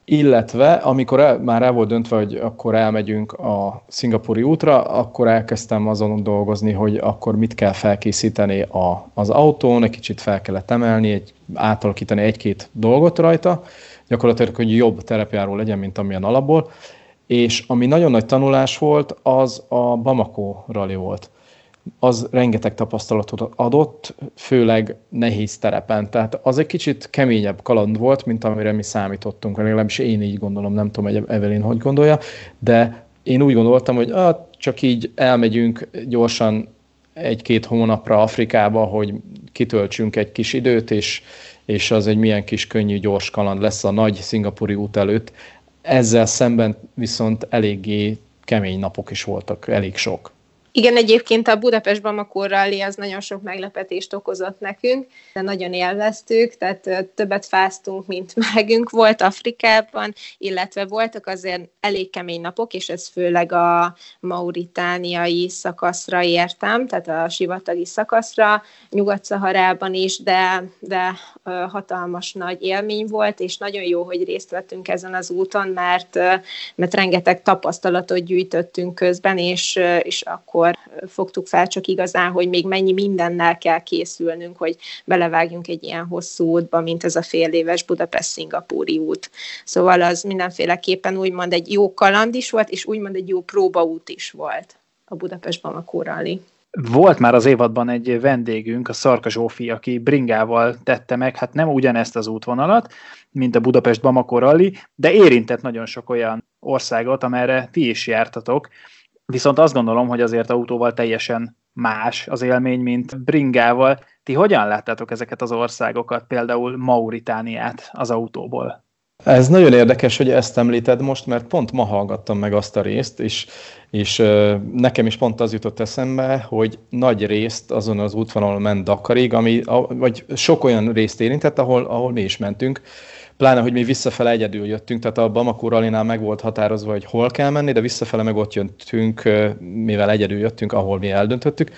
illetve amikor el, már el volt döntve, hogy akkor elmegyünk a szingapúri útra, akkor elkezdtem azon dolgozni, hogy akkor mit kell felkészíteni a, az autón, egy kicsit fel kellett emelni, egy, átalakítani egy-két dolgot rajta, gyakorlatilag, hogy jobb terepjáró legyen, mint amilyen alapból, és ami nagyon nagy tanulás volt, az a Bamako rally volt. Az rengeteg tapasztalatot adott, főleg nehéz terepen. Tehát az egy kicsit keményebb kaland volt, mint amire mi számítottunk. Legalábbis én így gondolom, nem tudom, hogy Evelyn hogy gondolja, de én úgy gondoltam, hogy ah, csak így elmegyünk gyorsan egy-két hónapra Afrikába, hogy kitöltsünk egy kis időt, és, és az egy milyen kis könnyű, gyors kaland lesz a nagy szingapúri út előtt. Ezzel szemben viszont eléggé kemény napok is voltak, elég sok. Igen, egyébként a Budapest-Bamako rally az nagyon sok meglepetést okozott nekünk, de nagyon élveztük, tehát többet fáztunk, mint melegünk volt Afrikában, illetve voltak azért elég kemény napok, és ez főleg a mauritániai szakaszra értem, tehát a sivatagi szakaszra, Nyugat-Szaharában is, de, de hatalmas nagy élmény volt, és nagyon jó, hogy részt vettünk ezen az úton, mert, mert rengeteg tapasztalatot gyűjtöttünk közben, és, és akkor fogtuk fel csak igazán, hogy még mennyi mindennel kell készülnünk, hogy belevágjunk egy ilyen hosszú útba, mint ez a fél éves Budapest-Szingapúri út. Szóval az mindenféleképpen úgymond egy jó kaland is volt, és úgymond egy jó próbaút is volt a Budapest-Bamako rally. Volt már az évadban egy vendégünk, a Szarka Zsófi, aki bringával tette meg, hát nem ugyanezt az útvonalat, mint a Budapest-Bamako rally, de érintett nagyon sok olyan országot, amerre ti is jártatok. Viszont azt gondolom, hogy azért autóval teljesen más az élmény, mint bringával. Ti hogyan láttátok ezeket az országokat, például Mauritániát az autóból? Ez nagyon érdekes, hogy ezt említed most, mert pont ma hallgattam meg azt a részt, és, és nekem is pont az jutott eszembe, hogy nagy részt azon az útvonalon ment Dakarig, ami, vagy sok olyan részt érintett, ahol, ahol mi is mentünk. Pláne, hogy mi visszafele egyedül jöttünk, tehát a Bamako rallinál meg volt határozva, hogy hol kell menni, de visszafele meg ott jöttünk, mivel egyedül jöttünk, ahol mi eldöntöttük.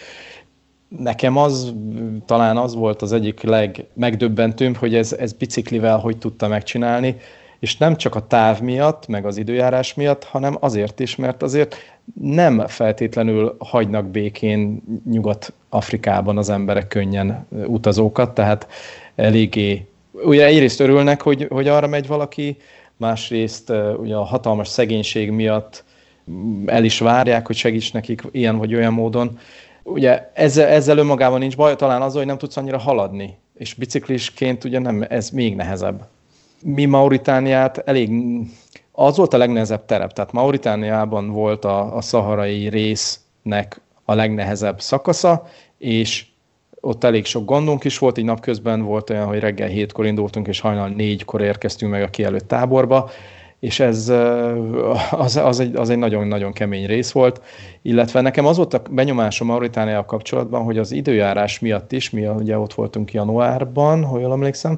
Nekem az, talán az volt az egyik legmegdöbbentőbb, hogy ez, ez biciklivel hogy tudta megcsinálni, és nem csak a táv miatt, meg az időjárás miatt, hanem azért is, mert azért nem feltétlenül hagynak békén Nyugat-Afrikában az emberek könnyen utazókat, tehát eléggé, ugye egyrészt örülnek, hogy, hogy arra megy valaki, másrészt ugye a hatalmas szegénység miatt el is várják, hogy segíts nekik ilyen vagy olyan módon. Ugye ezzel, ezzel önmagában nincs baj, talán az, hogy nem tudsz annyira haladni, és biciklisként ugye nem, ez még nehezebb. Mi Mauritániát elég, az volt a legnehezebb terep, tehát Mauritániában volt a, a szaharai résznek a legnehezebb szakasza, és ott elég sok gondunk is volt, így napközben volt olyan, hogy reggel hétkor indultunk, és hajnal négykor érkeztünk meg a kijelölt táborba, és ez az, az egy, az egy nagyon-nagyon kemény rész volt, illetve nekem az volt a benyomásom Mauritániával kapcsolatban, hogy az időjárás miatt is, mi ugye ott voltunk januárban, ha jól emlékszem,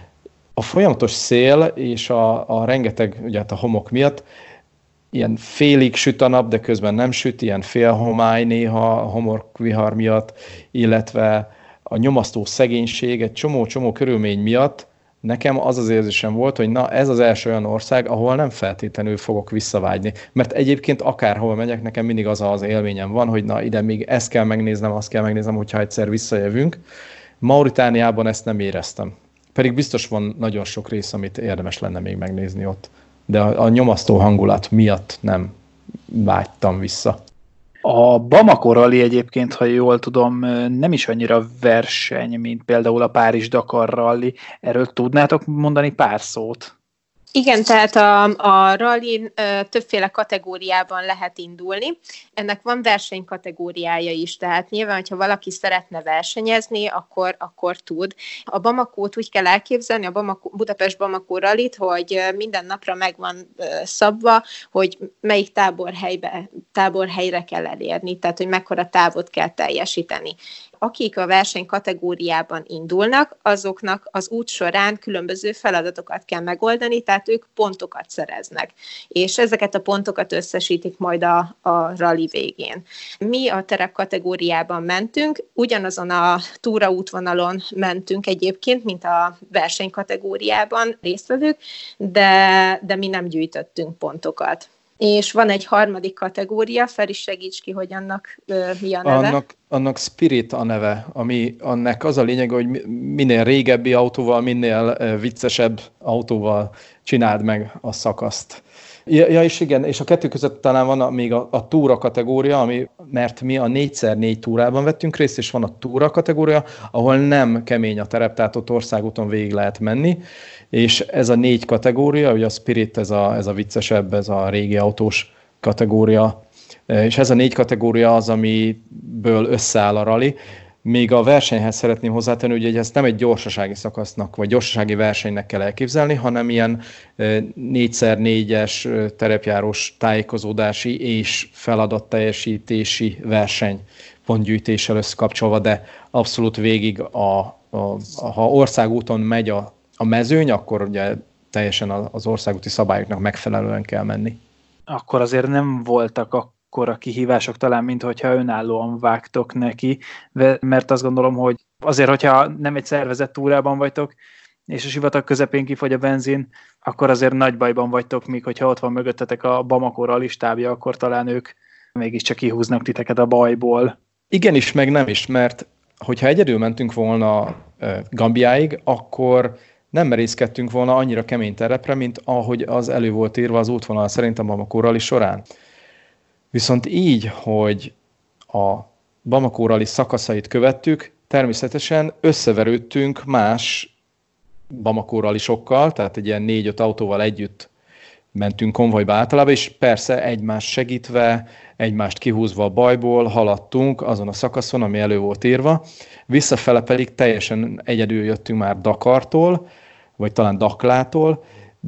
a folyamatos szél és a, a rengeteg, ugye hát a homok miatt ilyen félig süt a nap, de közben nem süt, ilyen félhomály néha a homokvihar miatt, illetve a nyomasztó szegénység, egy csomó-csomó körülmény miatt nekem az az érzésem volt, hogy na ez az első olyan ország, ahol nem feltétlenül fogok visszavágyni. Mert egyébként akárhol megyek, nekem mindig az az élményem van, hogy na ide még ezt kell megnéznem, azt kell megnéznem, hogyha egyszer visszajövünk. Mauritániában ezt nem éreztem. Pedig biztos van nagyon sok rész, amit érdemes lenne még megnézni ott. De a, a nyomasztó hangulat miatt nem vágytam vissza. A Bamako rally egyébként, ha jól tudom, nem is annyira verseny, mint például a Párizs-Dakar rally. Erről tudnátok mondani pár szót? Igen, tehát a, a rally többféle kategóriában lehet indulni. Ennek van versenykategóriája is, tehát nyilván, hogyha valaki szeretne versenyezni, akkor, akkor tud. A Bamakót úgy kell elképzelni, a Bamako, Budapest-Bamako rallyt, hogy minden napra meg van szabva, hogy melyik táborhelybe, táborhelyre kell elérni, tehát hogy mekkora távot kell teljesíteni. akik a verseny kategóriában indulnak, azoknak az út során különböző feladatokat kell megoldani, tehát ők pontokat szereznek, és ezeket a pontokat összesítik majd a, a rali végén. Mi a terep kategóriában mentünk, ugyanazon a túraútvonalon mentünk egyébként, mint a verseny kategóriában résztvevők, de, de mi nem gyűjtöttünk pontokat. És van egy harmadik kategória, Feri, segíts ki, hogy annak ö, mi a neve. Annak, annak Spirit a neve, ami annak az a lényeg, hogy minél régebbi autóval, minél viccesebb autóval csináld meg a szakaszt. Ja, ja és igen, és a kettő között talán van még a, a túra kategória, ami, mert mi a négy szer négy túrában vettünk részt, és van a túra kategória, ahol nem kemény a terep, tehát ott országúton végig lehet menni, és ez a négy kategória, ugye a Spirit, ez a, ez a viccesebb, ez a régi autós kategória, és ez a négy kategória az, amiből összeáll a rali. Még a versenyhez szeretném hozzátenni, hogy ezt nem egy gyorsasági szakasznak, vagy gyorsasági versenynek kell elképzelni, hanem ilyen négy szer négyes terepjárós tájékozódási és feladatteljesítési verseny pontgyűjtéssel összekapcsolva, de abszolút végig, a, a, a, ha országúton megy a, a mezőny, akkor ugye teljesen az országúti szabályoknak megfelelően kell menni. Akkor azért nem voltak a akkor a kihívások talán, mint hogyha önállóan vágtok neki, mert azt gondolom, hogy azért, hogyha nem egy szervezett túrában vagytok, és a sivatag közepén kifogy a benzin, akkor azért nagy bajban vagytok, míg hogyha ott van mögöttetek a Bamako rally stábja, akkor talán ők mégiscsak kihúznak titeket a bajból. Igenis, meg nem is, mert hogyha egyedül mentünk volna Gambiáig, akkor nem merészkedtünk volna annyira kemény terepre, mint ahogy az elő volt írva az útvonal szerint a Bamako rally során. Viszont így, hogy a Bamako rally szakaszait követtük, természetesen összeverődtünk más Bamako rallysokkal, tehát egy ilyen négy-öt autóval együtt mentünk konvojba általában, és persze egymást segítve, egymást kihúzva a bajból haladtunk azon a szakaszon, ami elő volt írva. Visszafele pedig teljesen egyedül jöttünk már Dakartól, vagy talán Daklától,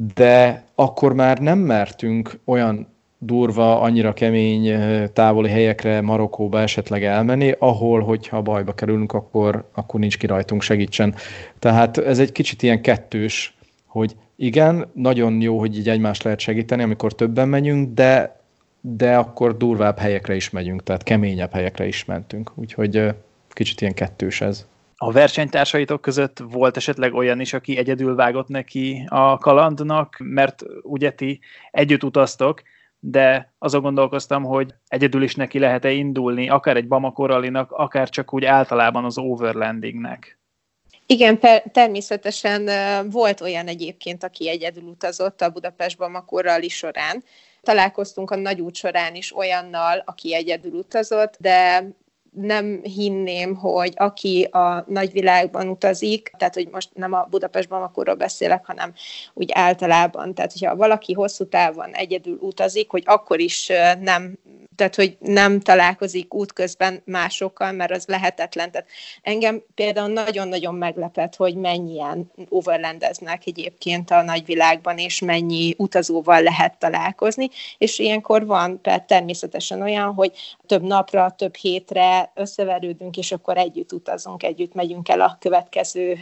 de akkor már nem mertünk olyan durva, annyira kemény távoli helyekre, Marokkóba esetleg elmenni, ahol, hogyha bajba kerülünk, akkor, akkor nincs ki rajtunk, segítsen. Tehát ez egy kicsit ilyen kettős, hogy igen, nagyon jó, hogy így egymást lehet segíteni, amikor többen megyünk, de, de akkor durvább helyekre is megyünk, tehát keményebb helyekre is mentünk. Úgyhogy kicsit ilyen kettős ez. A versenytársaitok között volt esetleg olyan is, aki egyedül vágott neki a kalandnak, mert ugye ti együtt utaztok, de azon gondolkoztam, hogy egyedül is neki lehet-e indulni, akár egy Bamako rallynak, akár csak úgy általában az overlandingnek. Igen, per, természetesen uh, volt olyan egyébként, aki egyedül utazott a Budapest-Bamako rally során. Találkoztunk a nagyút során is olyannal, aki egyedül utazott, de nem hinném, hogy aki a nagyvilágban utazik, tehát hogy most nem a Budapest-Bamakorról beszélek, hanem úgy általában, tehát hogyha valaki hosszú távon egyedül utazik, hogy akkor is nem, tehát hogy nem találkozik útközben másokkal, mert az lehetetlen. Tehát engem például nagyon-nagyon meglepett, hogy mennyien overlandeznek egyébként a nagyvilágban, és mennyi utazóval lehet találkozni, és ilyenkor van természetesen olyan, hogy több napra, több hétre összeverődünk, és akkor együtt utazunk, együtt megyünk el a következő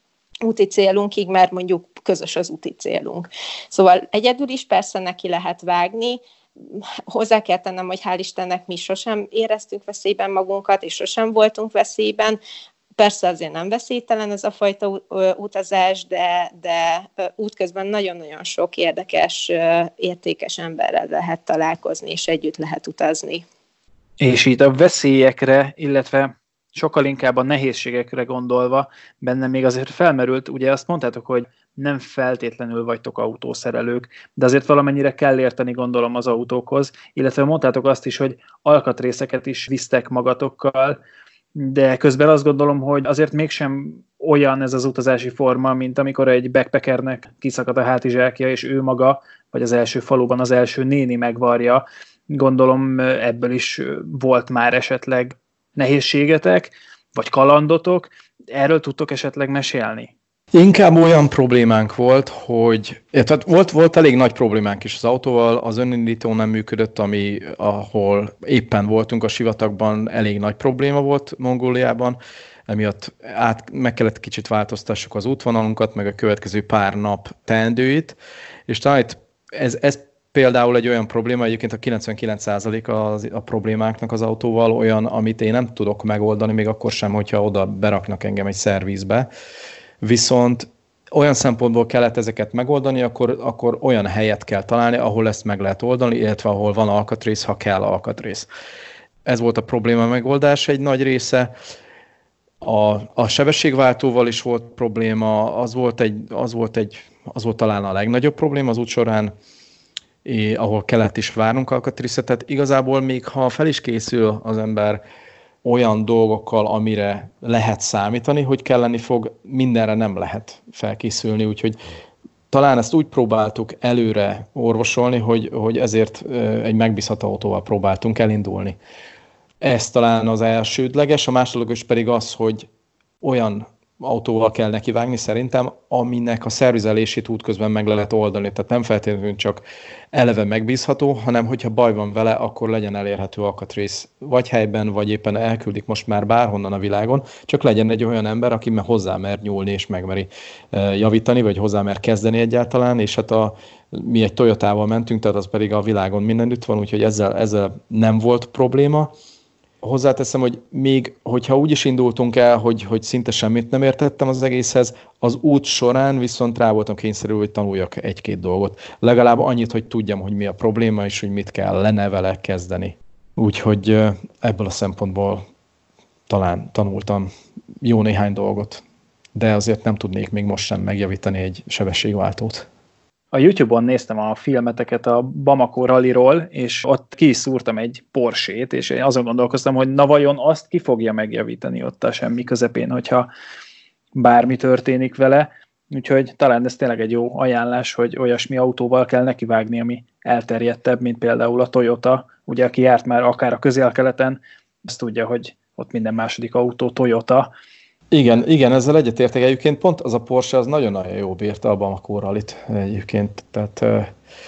úti célunkig, mert mondjuk közös az úti célunk. Szóval egyedül is persze neki lehet vágni, hozzá kell tennem, hogy hál' Istennek mi sosem éreztünk veszélyben magunkat, és sosem voltunk veszélyben. Persze azért nem veszélytelen ez a fajta utazás, de, de útközben nagyon-nagyon sok érdekes, értékes emberrel lehet találkozni, és együtt lehet utazni. És itt a veszélyekre, illetve sokkal inkább a nehézségekre gondolva, benne még azért felmerült, ugye azt mondtátok, hogy nem feltétlenül vagytok autószerelők, de azért valamennyire kell érteni, gondolom, az autókhoz, illetve mondtátok azt is, hogy alkatrészeket is visztek magatokkal, de közben azt gondolom, hogy azért mégsem olyan ez az utazási forma, mint amikor egy backpackernek kiszakad a hátizsákja, és ő maga, vagy az első faluban az első néni megvarja. Gondolom ebből is volt már esetleg nehézségetek, vagy kalandotok. Erről tudtok esetleg mesélni? Inkább olyan problémánk volt, hogy tehát volt, volt elég nagy problémánk is az autóval, az önindító nem működött, ami, ahol éppen voltunk a sivatagban, elég nagy probléma volt Mongóliában, emiatt át, meg kellett kicsit változtassuk az útvonalunkat, meg a következő pár nap teendőit, és talán itt ez, ez például egy olyan probléma, egyébként a kilencvenkilenc százalék a, a problémáknak az autóval olyan, amit én nem tudok megoldani, még akkor sem, hogyha oda beraknak engem egy szervizbe. Viszont olyan szempontból kellett ezeket megoldani, akkor, akkor olyan helyet kell találni, ahol ezt meg lehet oldani, illetve ahol van alkatrész, ha kell alkatrész. Ez volt a probléma megoldás egy nagy része. A, a sebességváltóval is volt probléma, az volt, egy, az, volt egy, az volt talán a legnagyobb probléma az út során, és ahol kellett is várnunk alkatrészet. Tehát igazából még ha fel is készül az ember olyan dolgokkal, amire lehet számítani, hogy kelleni fog, mindenre nem lehet felkészülni, úgyhogy talán ezt úgy próbáltuk előre orvosolni, hogy, hogy ezért egy megbízható autóval próbáltunk elindulni. Ez talán az elsődleges, a másodlagos pedig az, hogy olyan autóval kell nekivágni szerintem, aminek a szervizelését útközben meg lehet oldani. Tehát nem feltétlenül csak eleve megbízható, hanem hogyha baj van vele, akkor legyen elérhető alkatrész vagy helyben, vagy éppen elküldik most már bárhonnan a világon, csak legyen egy olyan ember, aki hozzá mer nyúlni és megmeri javítani, vagy hozzá mer kezdeni egyáltalán, és hát a, mi egy Toyotával mentünk, tehát az pedig a világon mindenütt van, úgyhogy ezzel, ezzel nem volt probléma. Hozzáteszem, hogy még, hogyha úgy is indultunk el, hogy, hogy szinte semmit nem értettem az egészhez, az út során viszont rá voltam kényszerülve, hogy tanuljak egy-két dolgot. Legalább annyit, hogy tudjam, hogy mi a probléma, és hogy mit kell lenne vele kezdeni. Úgyhogy ebből a szempontból talán tanultam jó néhány dolgot, de azért nem tudnék még most sem megjavítani egy sebességváltót. A YouTube-on néztem a filmeteket a Bamako Rallyról, és ott ki is szúrtam egy Porsét, és én azon gondolkoztam, hogy na vajon azt ki fogja megjavítani ott a semmi közepén, hogyha bármi történik vele. Úgyhogy talán ez tényleg egy jó ajánlás, hogy olyasmi autóval kell nekivágni, ami elterjedtebb, mint például a Toyota, ugye aki járt már akár a Közel-Keleten, azt tudja, hogy ott minden második autó Toyota. Igen, igen, ezzel egyetértek. Egyébként pont az a Porsche az nagyon-nagyon jó bírta a Bamako Rallyt egyébként, tehát uh,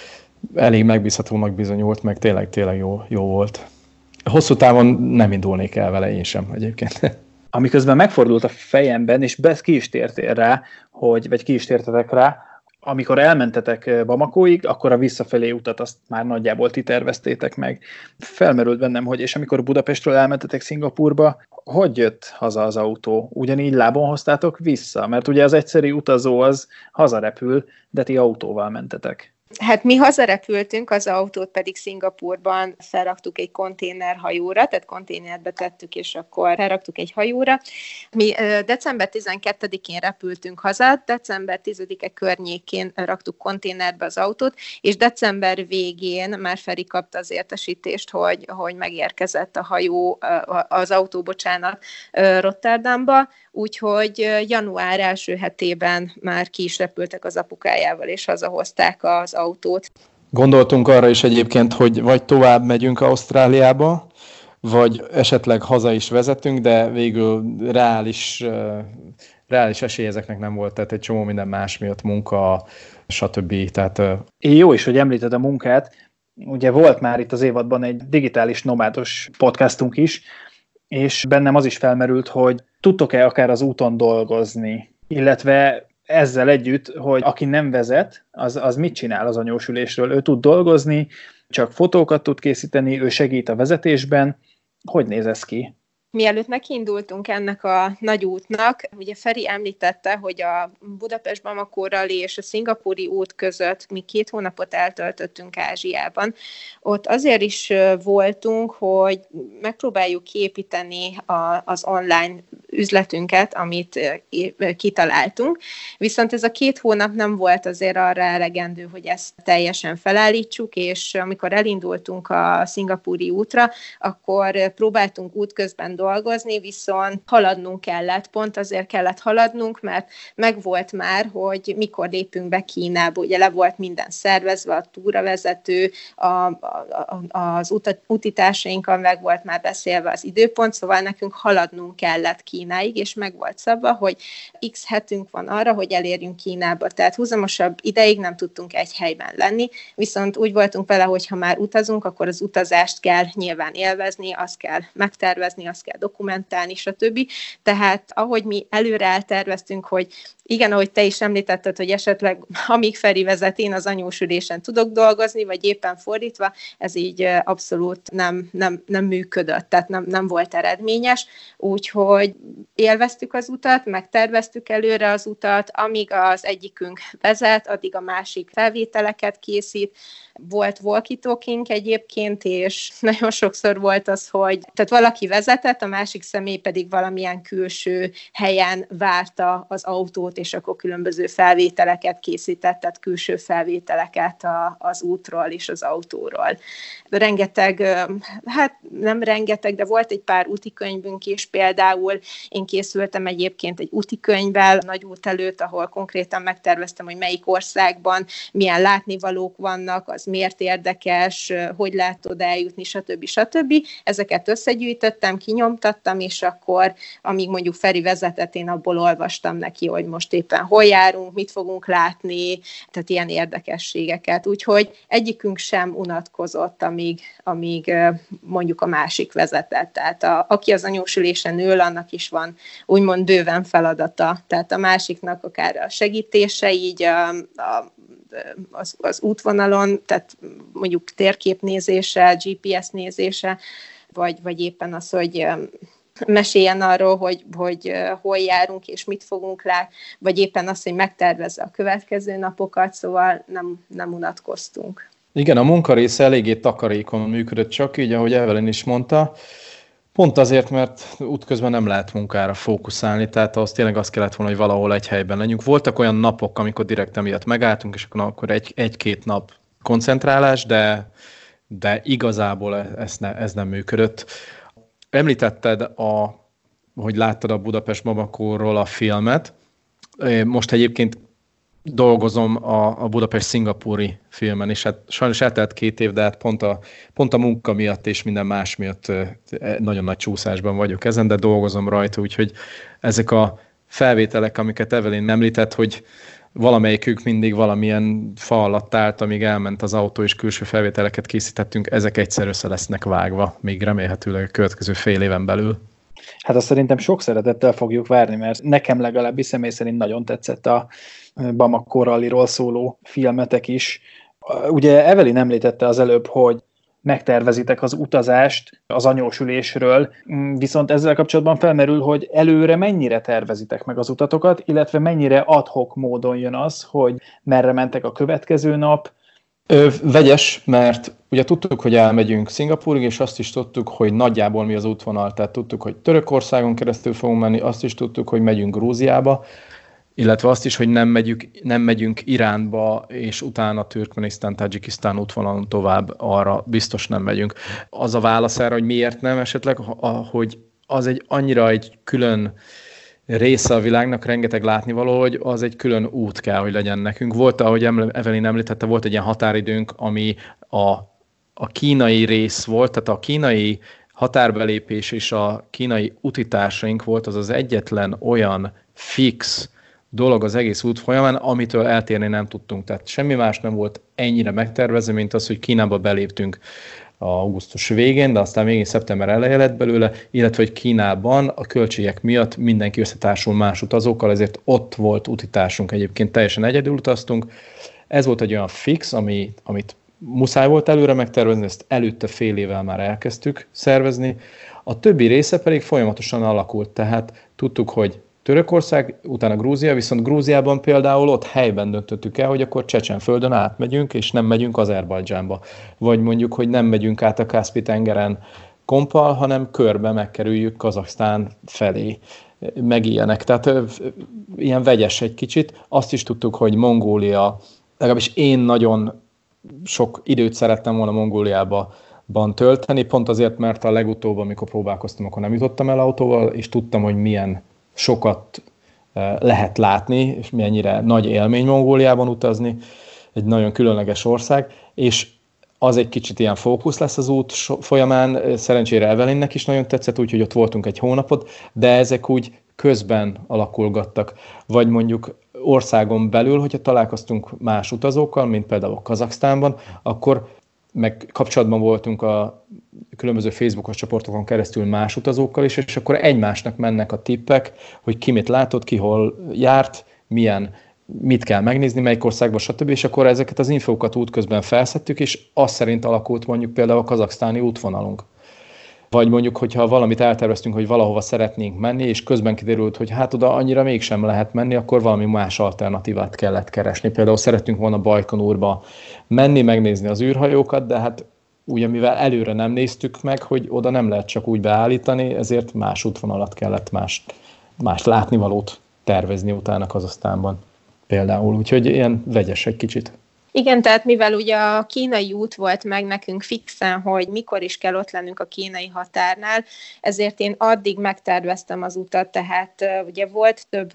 elég megbízhatónak bizonyult, meg tényleg, tényleg jó, jó volt. Hosszú távon nem indulnék el vele én sem egyébként. Amiközben megfordult a fejemben, és be, ki is tértél rá, hogy, vagy ki is tértetek rá, amikor elmentetek Bamakóig, akkor a visszafelé utat azt már nagyjából ti terveztétek meg. Felmerült bennem, hogy és amikor Budapestről elmentetek Szingapúrba, hogy jött haza az autó? Ugyanígy lábon hoztátok vissza? Mert ugye az egyszerű utazó az hazarepül, de ti autóval mentetek. Hát mi hazarepültünk, az autót pedig Szingapúrban felraktuk egy konténerhajóra, tehát konténerbe tettük, és akkor felraktuk egy hajóra. Mi december tizenkettedikén repültünk haza, december tizedike környékén raktuk konténerbe az autót, és december végén már Feri kapta az értesítést, hogy, hogy megérkezett a hajó, az autó, bocsánat, Rotterdamba, úgyhogy január első hetében már ki is repültek az apukájával, és hazahozták az autót. Gondoltunk arra is egyébként, hogy vagy tovább megyünk Ausztráliába, vagy esetleg haza is vezetünk, de végül reális, reális esély ezeknek nem volt, tehát egy csomó minden más miatt, munka, stb. Tehát, jó is, hogy említed a munkát. Ugye volt már itt az évadban egy digitális nomádos podcastunk is, és bennem az is felmerült, hogy tudtok-e akár az úton dolgozni, illetve ezzel együtt, hogy aki nem vezet, az, az mit csinál az anyósülésről? Ő tud dolgozni, csak fotókat tud készíteni, ő segít a vezetésben. Hogy néz ez ki? Mielőtt nekiindultunk ennek a nagy útnak, ugye Feri említette, hogy a Budapest-Bamako Rally és a szingapúri út között mi két hónapot eltöltöttünk Ázsiában. Ott azért is voltunk, hogy megpróbáljuk kiépíteni a, az online üzletünket, amit kitaláltunk, viszont ez a két hónap nem volt azért arra elegendő, hogy ezt teljesen felállítsuk, és amikor elindultunk a szingapúri útra, akkor próbáltunk útközben dolgozni, viszont haladnunk kellett, pont azért kellett haladnunk, mert megvolt már, hogy mikor lépünk be Kínába, ugye le volt minden szervezve, a túravezető, a, a, az utat, utitársainkkal meg volt már beszélve az időpont, szóval nekünk haladnunk kellett Kínába, Kínáig, és meg volt szabva, hogy x hetünk van arra, hogy elérjünk Kínába. Tehát húzamosabb ideig nem tudtunk egy helyben lenni, viszont úgy voltunk vele, hogy ha már utazunk, akkor az utazást kell nyilván élvezni, azt kell megtervezni, azt kell dokumentálni, stb. Tehát ahogy mi előre elterveztünk, hogy igen, ahogy te is említetted, hogy esetleg amíg Feri vezet, én az anyósülésen tudok dolgozni, vagy éppen fordítva, ez így abszolút nem, nem, nem működött, tehát nem, nem volt eredményes, úgyhogy élveztük az utat, megterveztük előre az utat, amíg az egyikünk vezet, addig a másik felvételeket készít. Volt walkie-talking egyébként, és nagyon sokszor volt az, hogy tehát valaki vezetett, a másik személy pedig valamilyen külső helyen várta az autót, és akkor különböző felvételeket készített, tehát külső felvételeket a, az útról és az autóról. Rengeteg, hát nem rengeteg, de volt egy pár útikönyvünk is, például én készültem egyébként egy útikönyvvel nagy út előtt, ahol konkrétan megterveztem, hogy melyik országban milyen látnivalók vannak, az miért érdekes, hogy lehet oda eljutni, stb. stb. Ezeket összegyűjtöttem, kinyomtattam, és akkor, amíg mondjuk Feri vezetett, én abból olvastam neki, hogy most éppen hol járunk, mit fogunk látni, tehát ilyen érdekességeket. Úgyhogy egyikünk sem unatkozott, amíg, amíg mondjuk a másik vezetett. Tehát a, aki az anyósülésen ül, annak is van úgymond bőven feladata. Tehát a másiknak akár a segítése, így a, a Az, az útvonalon, tehát mondjuk térképnézése, gé pé es nézése, vagy, vagy éppen az, hogy meséljen arról, hogy, hogy hol járunk és mit fogunk látni, vagy éppen az, hogy megtervezze a következő napokat, szóval nem, nem unatkoztunk. Igen, a munkarésze eléggé takarékon működött csak, így ahogy Evelyn is mondta, pont azért, mert útközben nem lehet munkára fókuszálni, tehát ahhoz tényleg azt kellett volna, hogy valahol egy helyben legyünk. Voltak olyan napok, amikor direkt emiatt megálltunk, és akkor egy, egy-két nap koncentrálás, de, de igazából ez, ne, ez nem működött. Említetted, a, hogy láttad a Budapest Bamakóról a filmet. Most egyébként dolgozom a, a Budapest-szingapúri filmen, és hát sajnos eltelt két év, de hát pont a, pont a munka miatt és minden más miatt nagyon nagy csúszásban vagyok ezen, de dolgozom rajta, úgyhogy ezek a felvételek, amiket Evelyn említett, hogy valamelyikük mindig valamilyen fa alatt állt, amíg elment az autó, és külső felvételeket készítettünk, ezek egyszer össze lesznek vágva, még remélhetőleg a következő fél éven belül. Hát azt szerintem sok szeretettel fogjuk várni, mert nekem legalábbis személy szerint nagyon tetszett a Bamako Rallyról szóló filmetek is. Ugye Evelyn említette az előbb, hogy megtervezitek az utazást az anyósülésről, viszont ezzel kapcsolatban felmerül, hogy előre mennyire tervezitek meg az utatokat, illetve mennyire ad hoc módon jön az, hogy merre mentek a következő nap. Ö, vegyes, mert ugye tudtuk, hogy elmegyünk Szingapúrig, és azt is tudtuk, hogy nagyjából mi az útvonal, tehát tudtuk, hogy Törökországon keresztül fogunk menni, azt is tudtuk, hogy megyünk Grúziába, illetve azt is, hogy nem megyünk, nem megyünk Iránba, és utána Türkmenisztán, Tadzsikisztán útvonalon tovább, arra biztos nem megyünk. Az a válasz erre, hogy miért nem esetleg, hogy az egy annyira egy külön része a világnak, rengeteg látnivaló, hogy az egy külön út kell, hogy legyen nekünk. Volt, ahogy Evelyn említette, volt egy ilyen határidőnk, ami a, a kínai rész volt, tehát a kínai határbelépés és a kínai utitársaink volt az az egyetlen olyan fix dolog az egész út folyamán, amitől eltérni nem tudtunk. Tehát semmi más nem volt ennyire megtervezve, mint az, hogy Kínába beléptünk augusztus végén, de aztán végén szeptember eleje lett belőle, illetve hogy Kínában a költségek miatt mindenki összetársul más utazókkal, ezért ott volt utitársunk, egyébként teljesen egyedül utaztunk. Ez volt egy olyan fix, ami, amit muszáj volt előre megtervezni, ezt előtte fél évvel már elkezdtük szervezni. A többi része pedig folyamatosan alakult, tehát tudtuk, hogy Törökország, utána Grúzia, viszont Grúziában például ott helyben döntöttük el, hogy akkor Csecsenföldön átmegyünk, és nem megyünk Azerbajdzsánba. Vagy mondjuk, hogy nem megyünk át a Kaszpi-tengeren kompal, hanem körbe megkerüljük Kazaksztán felé, meg ilyenek. Tehát ilyen vegyes egy kicsit. Azt is tudtuk, hogy Mongólia, legalábbis én nagyon sok időt szerettem volna Mongóliában tölteni, pont azért, mert a legutóbb, amikor próbálkoztam, akkor nem jutottam el autóval, és tudtam, hogy milyen sokat lehet látni, és mennyire nagy élmény Mongóliában utazni, egy nagyon különleges ország, és az egy kicsit ilyen fókusz lesz az út folyamán. Szerencsére Evelynnek is nagyon tetszett, úgyhogy ott voltunk egy hónapot, de ezek úgy közben alakulgattak. Vagy mondjuk országon belül, hogyha találkoztunk más utazókkal, mint például Kazaksztánban, akkor meg kapcsolatban voltunk a különböző Facebookos csoportokon keresztül más utazókkal is, és akkor egymásnak mennek a tippek, hogy ki mit látott, ki hol járt, milyen, mit kell megnézni, melyik országban, stb. És akkor ezeket az infókat útközben felszedtük, és az szerint alakult mondjuk például a kazaksztáni útvonalunk. Vagy mondjuk, hogyha valamit elterveztünk, hogy valahova szeretnénk menni, és közben kiderült, hogy hát oda annyira mégsem lehet menni, akkor valami más alternatívát kellett keresni. Például szerettünk volna Bajkonurba menni, megnézni az űrhajókat, de hát ugye mivel előre nem néztük meg, hogy oda nem lehet csak úgy beállítani, ezért más útvonalat kellett, más, más látnivalót tervezni utána Kazahsztánban például. Úgyhogy ilyen vegyes egy kicsit. Igen, tehát mivel ugye a kínai út volt meg nekünk fixen, hogy mikor is kell ott lennünk a kínai határnál, ezért én addig megterveztem az utat, tehát ugye volt több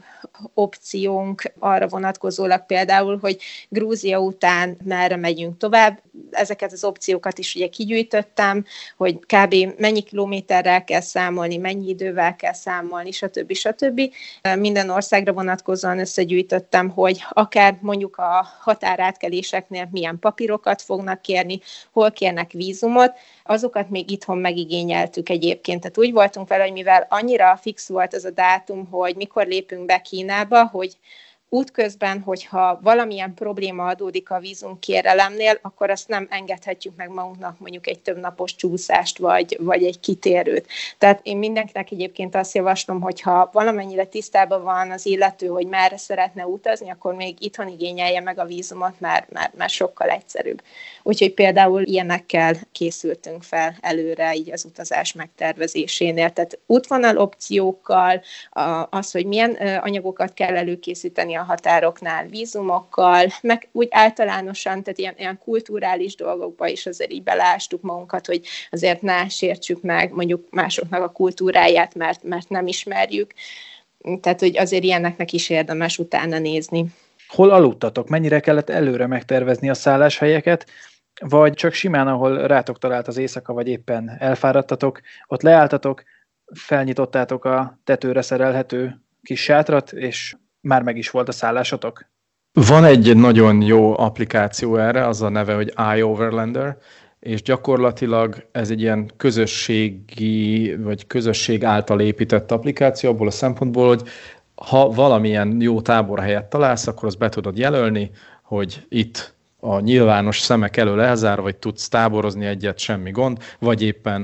opciónk arra vonatkozólag például, hogy Grúzia után merre megyünk tovább. Ezeket az opciókat is ugye kigyűjtöttem, hogy kb. Mennyi kilométerrel kell számolni, mennyi idővel kell számolni, stb. stb. Minden országra vonatkozóan összegyűjtöttem, hogy akár mondjuk a határátkeléseknél milyen papírokat fognak kérni, hol kérnek vízumot, azokat még itthon megigényeltük egyébként. Tehát úgy voltunk vele, hogy mivel annyira fix volt az a dátum, hogy mikor lépünk be Kínába, hogy útközben, hogyha valamilyen probléma adódik a vízumkérelemnél, akkor azt nem engedhetjük meg magunknak mondjuk egy több napos csúszást, vagy, vagy egy kitérőt. Tehát én mindenkinek egyébként azt javaslom, hogyha valamennyire tisztában van az illető, hogy merre szeretne utazni, akkor még itthon igényelje meg a vízumot, mert, mert, mert sokkal egyszerűbb. Úgyhogy például ilyenekkel készültünk fel előre így az utazás megtervezésénél. Tehát útvonal opciókkal, az, hogy milyen anyagokat kell előkészíteni a határoknál, vízumokkal, meg úgy általánosan, tehát ilyen, ilyen kulturális dolgokba is azért így belástuk magunkat, hogy azért ne sértsük meg mondjuk másoknak a kultúráját, mert, mert nem ismerjük. Tehát, hogy azért ilyeneknek is érdemes utána nézni. Hol aludtatok? Mennyire kellett előre megtervezni a szálláshelyeket? Vagy csak simán, ahol rátok talált az éjszaka, vagy éppen elfáradtatok, ott leálltatok, felnyitottátok a tetőre szerelhető kis sátrat, és már meg is volt a szállásotok? Van egy nagyon jó applikáció erre, az a neve, hogy iOverlander, és gyakorlatilag ez egy ilyen közösségi, vagy közösség által épített applikáció, abból a szempontból, hogy ha valamilyen jó táborhelyet találsz, akkor azt be tudod jelölni, hogy itt a nyilvános szemek elől elzárva, vagy tudsz táborozni egyet, semmi gond, vagy éppen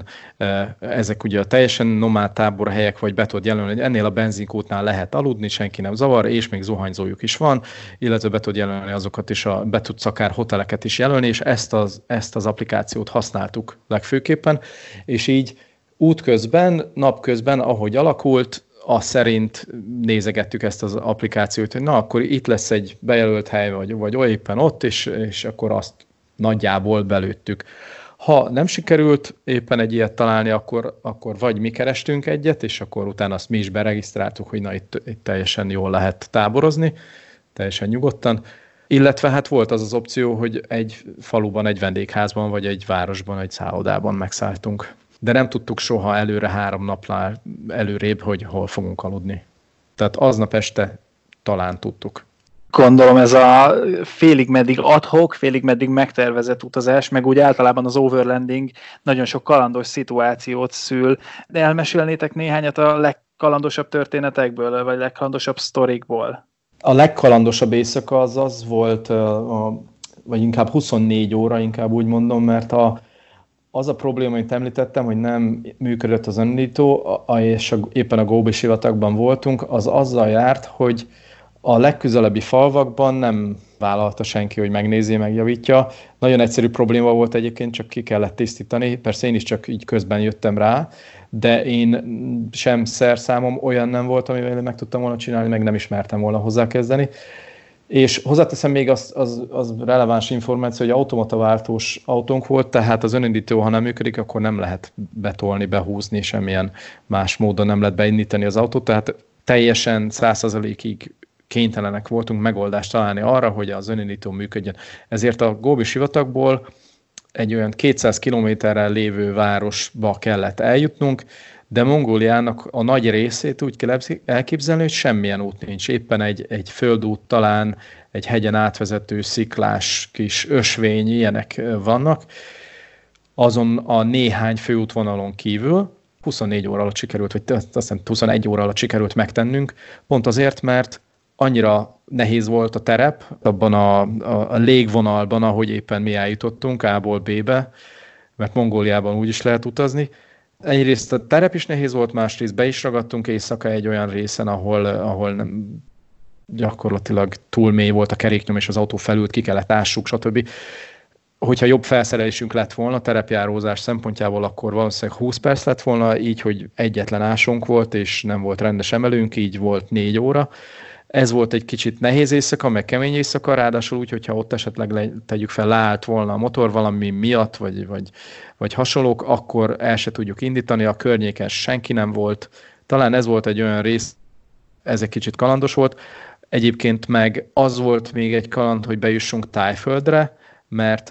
ezek ugye a teljesen nomád táborhelyek, vagy be tudod jelölni, hogy ennél a benzinkútnál lehet aludni, senki nem zavar, és még zuhanyzójuk is van, illetve be tudod jelölni azokat is, a, be tudsz akár hoteleket is jelölni, és ezt az, ezt az applikációt használtuk legfőképpen, és így útközben, napközben, ahogy alakult, azt szerint nézegettük ezt az applikációt, hogy na, akkor itt lesz egy bejelölt hely, vagy, vagy éppen ott, és, és akkor azt nagyjából belőttük. Ha nem sikerült éppen egy ilyet találni, akkor, akkor vagy mi kerestünk egyet, és akkor utána azt mi is beregisztráltuk, hogy na, itt, itt teljesen jól lehet táborozni, teljesen nyugodtan. Illetve hát volt az az opció, hogy egy faluban, egy vendégházban, vagy egy városban, egy szállodában megszálltunk. De nem tudtuk soha előre három napnál előrébb, hogy hol fogunk aludni. Tehát aznap este talán tudtuk. Gondolom ez a félig meddig ad hoc, félig meddig megtervezett utazás, meg úgy általában az overlanding nagyon sok kalandos szituációt szül. De elmesélnétek néhányat a legkalandosabb történetekből, vagy legkalandosabb sztorikból? A legkalandosabb éjszaka az az volt, a, vagy inkább huszonnégy óra, inkább úgy mondom, mert a az a probléma, amit említettem, hogy nem működött az önindító, és a, éppen a Góbi sivatagban voltunk, az azzal járt, hogy a legközelebbi falvakban nem vállalta senki, hogy megnézi, megjavítja. Nagyon egyszerű probléma volt egyébként, csak ki kellett tisztítani. Persze én is csak így közben jöttem rá, de én sem szerszámom olyan nem volt, amivel meg tudtam volna csinálni, meg nem ismertem volna hozzákezdeni. És hozzáteszem még az, az, az releváns információ, hogy automataváltós autónk volt, tehát az önindító, ha nem működik, akkor nem lehet betolni, behúzni, semmilyen más módon nem lehet beindítani az autót, tehát teljesen száz százalékig kénytelenek voltunk megoldást találni arra, hogy az önindító működjön. Ezért a Góbi sivatagból egy olyan kétszáz kilométerrel lévő városba kellett eljutnunk, de Mongóliának a nagy részét úgy kell elképzelni, hogy semmilyen út nincs. Éppen egy, egy földút, talán egy hegyen átvezető sziklás kis ösvény, ilyenek vannak. Azon a néhány főútvonalon kívül huszonnégy óra alatt sikerült, vagy azt hiszem huszonegy óra alatt sikerült megtennünk, pont azért, mert annyira nehéz volt a terep, abban a, a, a légvonalban, ahogy éppen mi eljutottunk A-ból B-be, mert Mongóliában úgy is lehet utazni. Egyrészt a terep is nehéz volt, másrészt be is ragadtunk éjszaka egy olyan részen, ahol, ahol nem, gyakorlatilag túl mély volt a keréknyom, és az autó felült, ki kellett ássuk, stb. Hogyha jobb felszerelésünk lett volna terepjárózás szempontjából, akkor valószínűleg húsz perc lett volna, így, hogy egyetlen ásónk volt, és nem volt rendes emelőnk, így volt négy óra. Ez volt egy kicsit nehéz éjszaka, meg kemény éjszaka, ráadásul úgy, hogyha ott esetleg le, tegyük fel, leállt volna a motor valami miatt, vagy, vagy, vagy hasonlók, akkor el se tudjuk indítani, a környéken senki nem volt. Talán ez volt egy olyan rész, ez egy kicsit kalandos volt. Egyébként meg az volt még egy kaland, hogy bejussunk Tájföldre, mert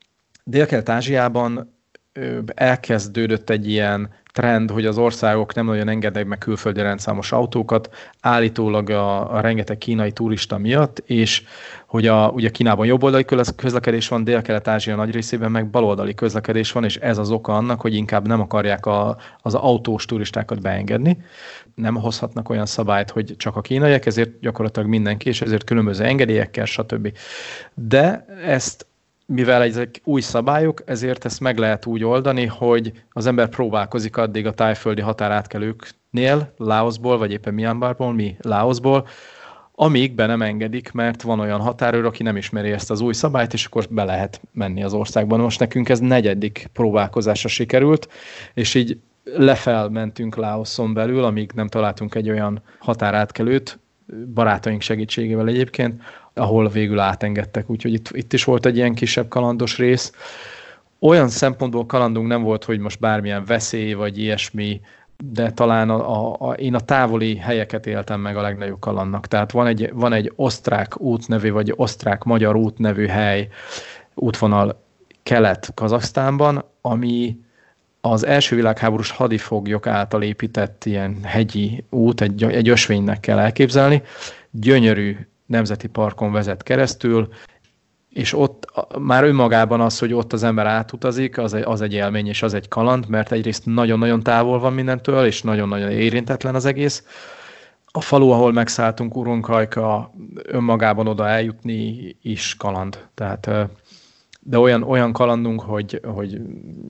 Dél-Kelet-Ázsiában elkezdődött egy ilyen trend, hogy az országok nem nagyon engednek meg külföldi rendszámos autókat, állítólag a, a rengeteg kínai turista miatt, és hogy a, ugye Kínában jobboldali közlekedés van, Dél-Kelet-Ázsia nagy részében meg baloldali közlekedés van, és ez az oka annak, hogy inkább nem akarják a, az autós turistákat beengedni. Nem hozhatnak olyan szabályt, hogy csak a kínaiak, ezért gyakorlatilag mindenki, és ezért különböző engedélyekkel, stb. De ezt mivel ezek új szabályok, ezért ezt meg lehet úgy oldani, hogy az ember próbálkozik addig a tájföldi határátkelőknél, Laosból, vagy éppen Myanmarból, mi Laosból, amíg be nem engedik, mert van olyan határőr, aki nem ismeri ezt az új szabályt, és akkor be lehet menni az országban. Most nekünk ez negyedik próbálkozásra sikerült, és így lefelmentünk Laoson belül, amíg nem találtunk egy olyan határátkelőt, barátaink segítségével egyébként, ahol végül átengedtek, úgyhogy itt, itt is volt egy ilyen kisebb kalandos rész. Olyan szempontból kalandunk nem volt, hogy most bármilyen veszély vagy ilyesmi, de talán a, a, a, én a távoli helyeket éltem meg a legnagyobb kalandnak. Tehát van egy, van egy osztrák útnevű, vagy osztrák-magyar útnevű hely, útvonal Kelet-Kazaksztánban, ami az első világháborús hadifoglyok által épített ilyen hegyi út, egy, egy ösvénynek kell elképzelni, gyönyörű nemzeti parkon vezet keresztül, és ott már önmagában az, hogy ott az ember átutazik, az egy, az egy élmény, és az egy kaland, mert egyrészt nagyon-nagyon távol van mindentől, és nagyon-nagyon érintetlen az egész. A falu, ahol megszálltunk, Urunkajka, önmagában oda eljutni is kaland. Tehát, de olyan, olyan kalandunk, hogy, hogy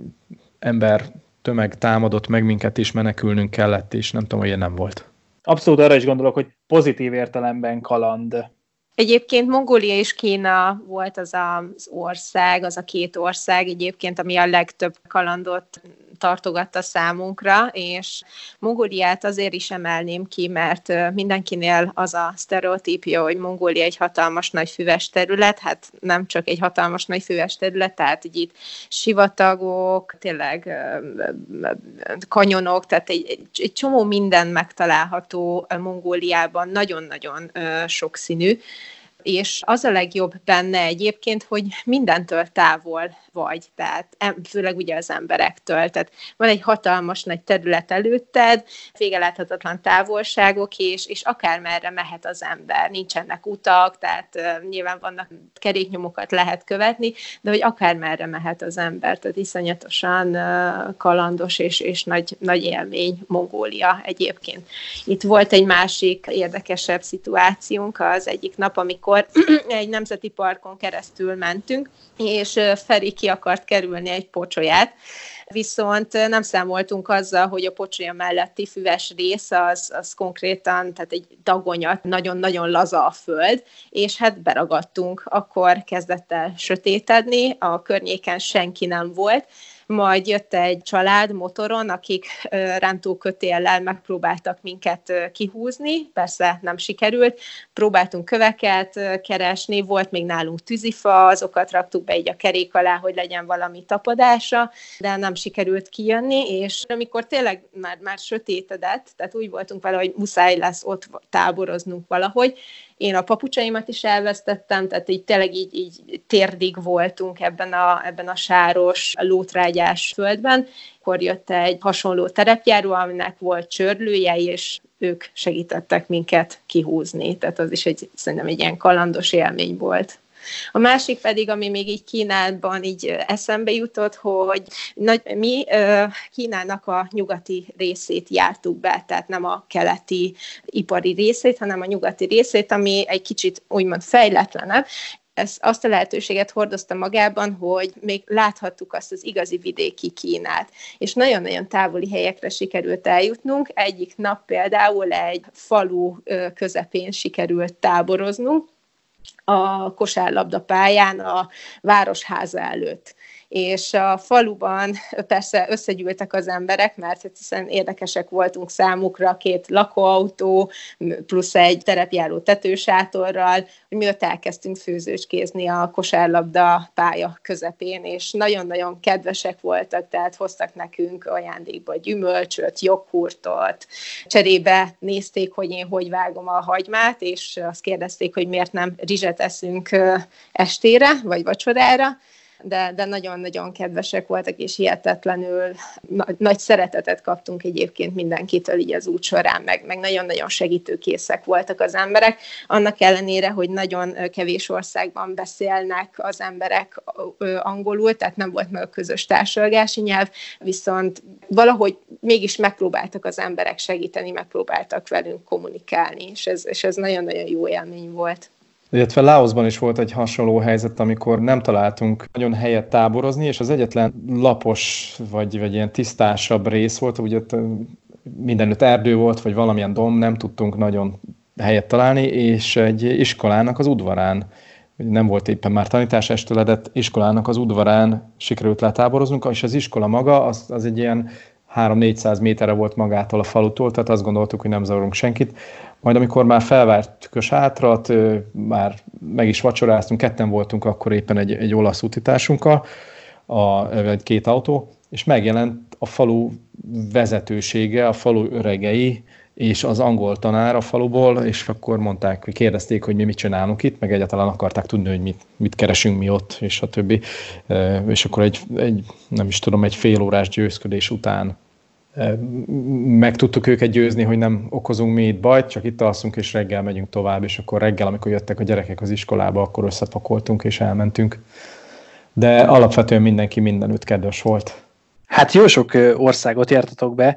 ember tömeg támadott meg minket is, menekülnünk kellett, és nem tudom, hogy ilyen nem volt. Abszolút arra is gondolok, hogy pozitív értelemben kaland. Egyébként Mongólia és Kína volt az az ország, az a két ország egyébként, ami a legtöbb kalandot tartogatta számunkra, és Mongóliát azért is emelném ki, mert mindenkinél az a sztereotípia, hogy Mongólia egy hatalmas nagy füves terület, hát nem csak egy hatalmas nagy füves terület, tehát így itt sivatagok, tényleg kanyonok, tehát egy, egy, egy csomó minden megtalálható Mongóliában, nagyon-nagyon sokszínű. És az a legjobb benne egyébként, hogy mindentől távol vagy, tehát főleg ugye az emberektől. Tehát van egy hatalmas nagy terület előtted, végeláthatatlan távolságok, és, és akármerre mehet az ember. Nincsenek utak, tehát uh, nyilván vannak keréknyomokat lehet követni, de hogy akármerre mehet az ember. Tehát iszonyatosan uh, kalandos és, és nagy, nagy élmény Mongólia egyébként. Itt volt egy másik érdekesebb szituációnk az egyik nap, amikor egy nemzeti parkon keresztül mentünk, és Feri ki akart kerülni egy pocsolyát, viszont nem számoltunk azzal, hogy a pocsolya melletti füves rész az, az konkrétan, tehát egy dagonyat, nagyon-nagyon laza a föld, és hát beragadtunk, akkor kezdett el sötétedni, a környéken senki nem volt, majd jött egy család motoron, akik rántókötéllel megpróbáltak minket kihúzni, persze nem sikerült, próbáltunk köveket keresni, volt még nálunk tűzifa, azokat raktuk be így a kerék alá, hogy legyen valami tapadása, de nem sikerült kijönni, és amikor tényleg már, már sötétedett, tehát úgy voltunk vele, hogy muszáj lesz ott táboroznunk valahogy, Én a papucsaimat is elvesztettem, tehát így tényleg így, így térdig voltunk ebben a, ebben a sáros, lótrágyás földben. Akkor jött egy hasonló terepjáró, aminek volt csörlője, és ők segítettek minket kihúzni. Tehát az is egy, szerintem egy ilyen kalandos élmény volt. A másik pedig, ami még így Kínában így eszembe jutott, hogy nagy, mi Kínának a nyugati részét jártuk be, tehát nem a keleti ipari részét, hanem a nyugati részét, ami egy kicsit úgymond fejletlenebb. Ez azt a lehetőséget hordozta magában, hogy még láthattuk azt az igazi vidéki Kínát. És nagyon-nagyon távoli helyekre sikerült eljutnunk. Egyik nap például egy falu közepén sikerült táboroznunk, a kosárlabda pályán a városháza előtt. És a faluban persze összegyűltek az emberek, mert hiszen érdekesek voltunk számukra, két lakóautó, plusz egy terepjáró tetősátorral, hogy mi ott elkezdtünk főzőskézni a kosárlabda pálya közepén, és nagyon-nagyon kedvesek voltak, tehát hoztak nekünk ajándékba gyümölcsöt, joghurtot, cserébe nézték, hogy én hogy vágom a hagymát, és azt kérdezték, hogy miért nem rizset eszünk estére, vagy vacsorára, de, de nagyon-nagyon kedvesek voltak, és hihetetlenül nagy, nagy szeretetet kaptunk egyébként mindenkitől így az út során, meg, meg nagyon-nagyon segítőkészek voltak az emberek, annak ellenére, hogy nagyon kevés országban beszélnek az emberek angolul, tehát nem volt meg a közös társalgási nyelv, viszont valahogy mégis megpróbáltak az emberek segíteni, megpróbáltak velünk kommunikálni, és ez, és ez nagyon-nagyon jó élmény volt. Illetve Laoszban is volt egy hasonló helyzet, amikor nem találtunk nagyon helyet táborozni, és az egyetlen lapos, vagy, vagy ilyen tisztásabb rész volt, ugye mindenütt erdő volt, vagy valamilyen domb, nem tudtunk nagyon helyet találni, és egy iskolának az udvarán, nem volt éppen már tanítás estületet, iskolának az udvarán sikerült letáboroznunk, és az iskola maga, az, az egy ilyen három-négyszáz méterre volt magától a falutól, tehát azt gondoltuk, hogy nem zavarunk senkit. Majd amikor már felvártuk a sátrat, már meg is vacsoráztunk, ketten voltunk akkor éppen egy, egy olasz utitársunkkal, a, egy két autó, és megjelent a falu vezetősége, a falu öregei, és az angol tanár a faluból, és akkor mondták, hogy kérdezték, hogy mi mit csinálunk itt, meg egyáltalán akarták tudni, hogy mit, mit keresünk mi ott, és a többi. És akkor egy, egy, nem is tudom, egy fél órás győzködés után meg tudtuk őket győzni, hogy nem okozunk mi itt bajt, csak itt alszunk, és reggel megyünk tovább, és akkor reggel, amikor jöttek a gyerekek az iskolába, akkor összepakoltunk, és elmentünk. De alapvetően mindenki mindenütt kedves volt. Hát jó sok országot jártatok be,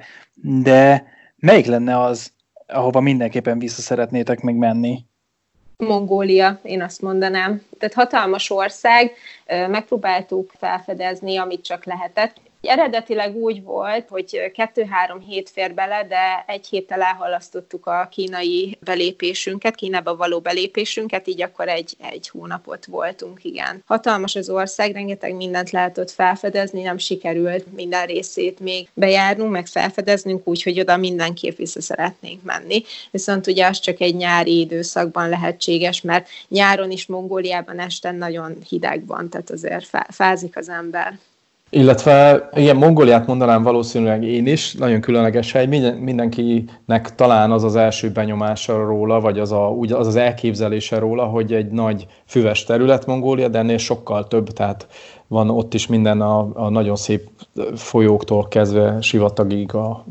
de melyik lenne az, ahova mindenképpen vissza szeretnétek még menni? Mongólia, én azt mondanám. Tehát hatalmas ország, megpróbáltuk felfedezni, amit csak lehetett. Eredetileg úgy volt, hogy kettő-három hét fér bele, de egy héttel elhalasztottuk a kínai belépésünket, Kínába való belépésünket, így akkor egy, egy hónapot voltunk, igen. Hatalmas az ország, rengeteg mindent lehetett felfedezni, nem sikerült minden részét még bejárnunk, meg felfedeznünk, úgyhogy oda mindenképp vissza szeretnénk menni. Viszont ugye az csak egy nyári időszakban lehetséges, mert nyáron is Mongóliában este nagyon hideg van, tehát azért fázik az ember. Illetve igen, Mongóliát mondanám valószínűleg én is, nagyon különleges hely, Minden, mindenkinek talán az az első benyomása róla, vagy az, a, az az elképzelése róla, hogy egy nagy füves terület Mongólia, de ennél sokkal több, tehát van ott is minden a, a nagyon szép folyóktól kezdve sivatagig, a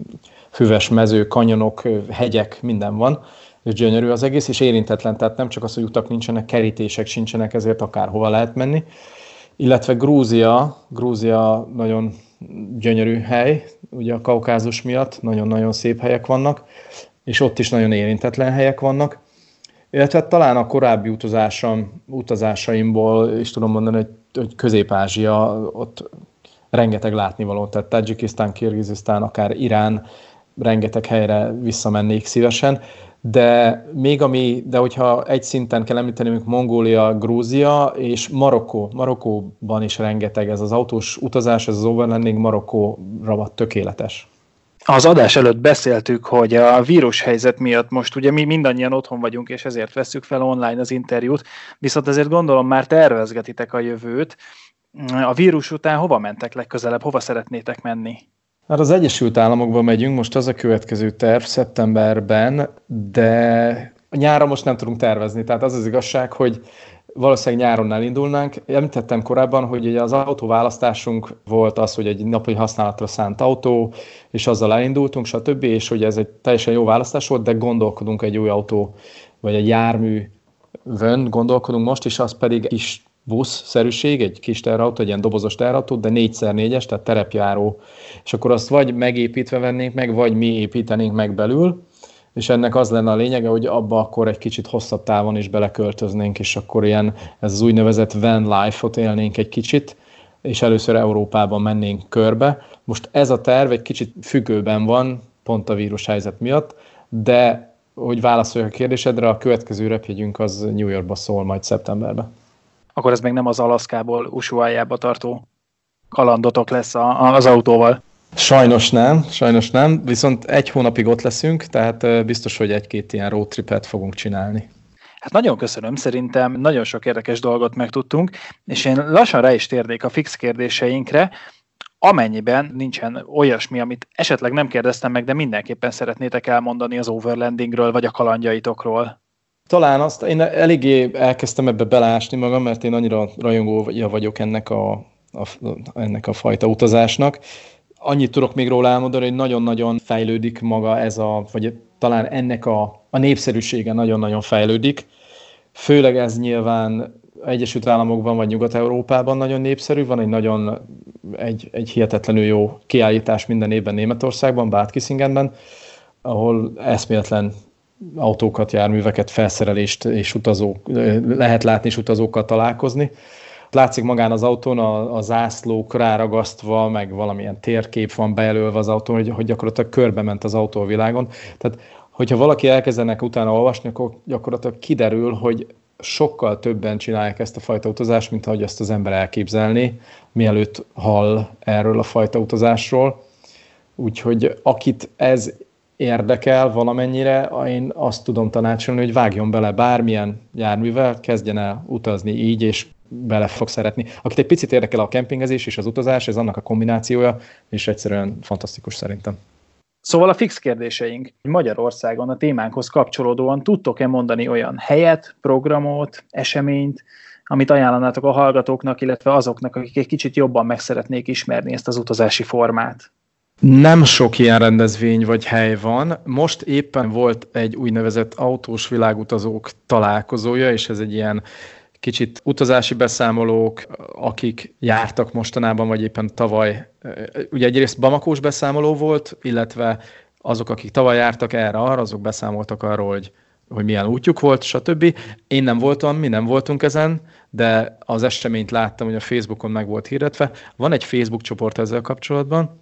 füves mező, kanyonok, hegyek, minden van, és gyönyörű az egész, és érintetlen, tehát nem csak az, hogy utak nincsenek, kerítések sincsenek, ezért akárhova lehet menni. Illetve Grúzia, Grúzia nagyon gyönyörű hely, ugye a Kaukázus miatt, nagyon-nagyon szép helyek vannak, és ott is nagyon érintetlen helyek vannak. Illetve talán a korábbi utazásom, utazásaimból is tudom mondani, hogy, hogy Közép-Ázsia, ott rengeteg látnivaló, tehát Tadzsikisztán, Kirgizisztán, akár Irán, rengeteg helyre visszamennék szívesen. De még ami, de hogyha egy szinten kell említeni, mondjuk Mongólia, Grúzia és Marokkó. Marokkóban is rengeteg ez az autós utazás, ez az overlanding Marokkóra tökéletes. Az adás előtt beszéltük, hogy a vírushelyzet miatt most ugye mi mindannyian otthon vagyunk, és ezért vesszük fel online az interjút, viszont ezért gondolom már tervezgetitek a jövőt. A vírus után hova mentek legközelebb, hova szeretnétek menni? Hát az Egyesült Államokba megyünk, most az a következő terv szeptemberben, de nyáron most nem tudunk tervezni, tehát az az igazság, hogy valószínűleg nyáron elindulnánk. Említettem korábban, hogy ugye az autóválasztásunk volt az, hogy egy napi használatra szánt autó, és azzal elindultunk, stb. És hogy ez egy teljesen jó választás volt, de gondolkodunk egy új autó, vagy egy járművön gondolkodunk most, és az pedig kis busz-szerűség, egy kis teherautó, egy ilyen dobozos teherautó, de négy szer négyes, tehát terepjáró. És akkor azt vagy megépítve vennénk meg, vagy mi építenénk meg belül, és ennek az lenne a lényege, hogy abba akkor egy kicsit hosszabb távon is beleköltöznénk, és akkor ilyen, ez az úgynevezett van life-ot élnénk egy kicsit, és először Európában mennénk körbe. Most ez a terv egy kicsit függőben van, pont a vírushelyzet miatt, de hogy válaszoljak a kérdésedre, a következő repjegyünk az New Yorkba szól majd szeptemberben. Akkor ez még nem az Alaszkából Ushuaiába tartó kalandotok lesz a, az autóval? Sajnos nem, sajnos nem, viszont egy hónapig ott leszünk, tehát biztos, hogy egy-két ilyen road tripet fogunk csinálni. Hát nagyon köszönöm, szerintem nagyon sok érdekes dolgot megtudtunk, és én lassan rá is térnék a fix kérdéseinkre, amennyiben nincsen olyasmi, amit esetleg nem kérdeztem meg, de mindenképpen szeretnétek elmondani az overlandingről, vagy a kalandjaitokról. Talán azt, én eléggé elkezdtem ebbe beleásni magam, mert én annyira rajongója vagyok ennek a, a, ennek a fajta utazásnak. Annyit tudok még róla elmondani, hogy nagyon-nagyon fejlődik maga ez a, vagy talán ennek a, a népszerűsége nagyon-nagyon fejlődik. Főleg ez nyilván Egyesült Államokban vagy Nyugat-Európában nagyon népszerű, van egy nagyon, egy, egy hihetetlenül jó kiállítás minden évben Németországban, Bad Kissingenben, ahol eszméletlen autókat, járműveket, felszerelést és utazók, lehet látni és utazókkal találkozni. Látszik magán az autón a, a zászlók ráragasztva, meg valamilyen térkép van bejelölve az autón, hogy, hogy gyakorlatilag körbe ment az autó a világon. Tehát, hogyha valaki elkezdenek utána olvasni, akkor gyakorlatilag kiderül, hogy sokkal többen csinálják ezt a fajta utazást, mint ahogy azt az ember elképzelné, mielőtt hall erről a fajta utazásról. Úgyhogy akit ez érdekel valamennyire, én azt tudom tanácsolni, hogy vágjon bele bármilyen járművel, kezdjen el utazni így, és bele fog szeretni. Akit egy picit érdekel a kempingezés és az utazás, ez annak a kombinációja, és egyszerűen fantasztikus szerintem. Szóval a fix kérdéseink. Magyarországon a témánkhoz kapcsolódóan tudtok-e mondani olyan helyet, programot, eseményt, amit ajánlanátok a hallgatóknak, illetve azoknak, akik egy kicsit jobban meg szeretnék ismerni ezt az utazási formát? Nem sok ilyen rendezvény vagy hely van. Most éppen volt egy úgynevezett autós világutazók találkozója, és ez egy ilyen kicsit utazási beszámolók, akik jártak mostanában, vagy éppen tavaly. Ugye egyrészt Bamakós beszámoló volt, illetve azok, akik tavaly jártak erre, arra, azok beszámoltak arról, hogy, hogy milyen útjuk volt, stb. Én nem voltam, mi nem voltunk ezen, de az eseményt láttam, hogy a Facebookon meg volt hirdetve. Van egy Facebook csoport ezzel kapcsolatban,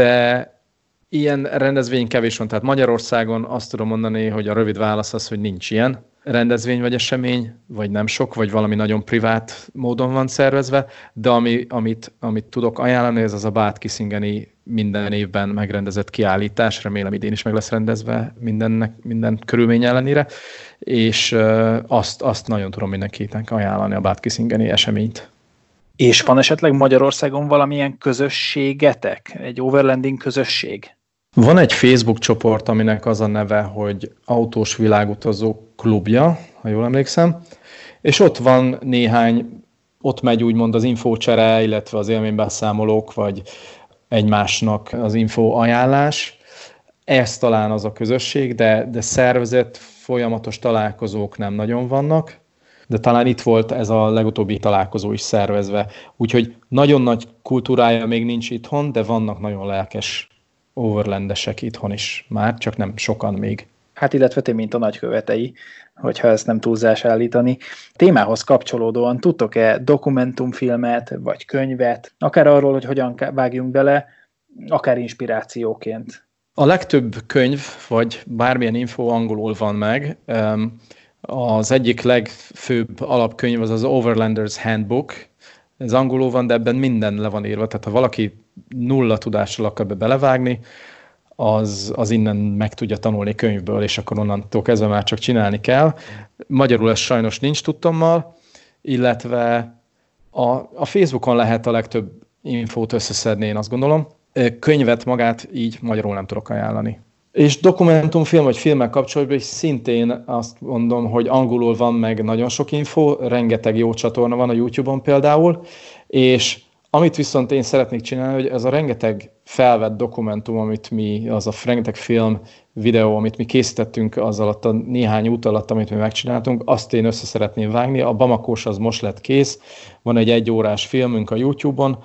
de ilyen rendezvény kevés van. Tehát Magyarországon azt tudom mondani, hogy a rövid válasz az, hogy nincs ilyen rendezvény vagy esemény, vagy nem sok, vagy valami nagyon privát módon van szervezve, de ami, amit, amit tudok ajánlani, ez az a Bad Kissingeni minden évben megrendezett kiállítás, remélem idén is meg lesz rendezve mindennek, minden körülmény ellenére, és azt, azt nagyon tudom mindenkinek ajánlani, a Bad Kissingeni eseményt. És van esetleg Magyarországon valamilyen közösségetek? Egy overlanding közösség? Van egy Facebook csoport, aminek az a neve, hogy Autós Világutazók Klubja, ha jól emlékszem, és ott van néhány, ott megy úgymond az infócsere, illetve az élménybeszámolók, vagy egymásnak az info ajánlás. Ez talán az a közösség, de, de szervezett, folyamatos találkozók nem nagyon vannak, de talán itt volt ez a legutóbbi találkozó is szervezve. Úgyhogy nagyon nagy kultúrája még nincs itthon, de vannak nagyon lelkes overlandesek itthon is már, csak nem sokan még. Hát illetve ti, mint a nagykövetei, hogyha ezt nem túlzás állítani. Témához kapcsolódóan tudtok-e dokumentumfilmet, vagy könyvet, akár arról, hogy hogyan vágjunk bele, akár inspirációként? A legtöbb könyv, vagy bármilyen info angolul van meg. Az egyik legfőbb alapkönyv az az Overlanders Handbook. Ez angolul van, de ebben minden le van írva. Tehát ha valaki nulla tudással akar be belevágni, az, az innen meg tudja tanulni könyvből, és akkor onnantól kezdve már csak csinálni kell. Magyarul ez sajnos nincs tudtommal, illetve a, a Facebookon lehet a legtöbb infót összeszedni, én azt gondolom. Könyvet magát így magyarul nem tudok ajánlani. És dokumentumfilm vagy filmmel kapcsolatban is szintén azt mondom, hogy angolul van meg nagyon sok info, rengeteg jó csatorna van a YouTube-on például, és amit viszont én szeretnék csinálni, hogy ez a rengeteg felvett dokumentum, amit mi, az a rengeteg film, videó, amit mi készítettünk az alatt a néhány út alatt, amit mi megcsináltunk, azt én össze szeretném vágni. A Bamakós az most lett kész, van egy egyórás filmünk a YouTube-on,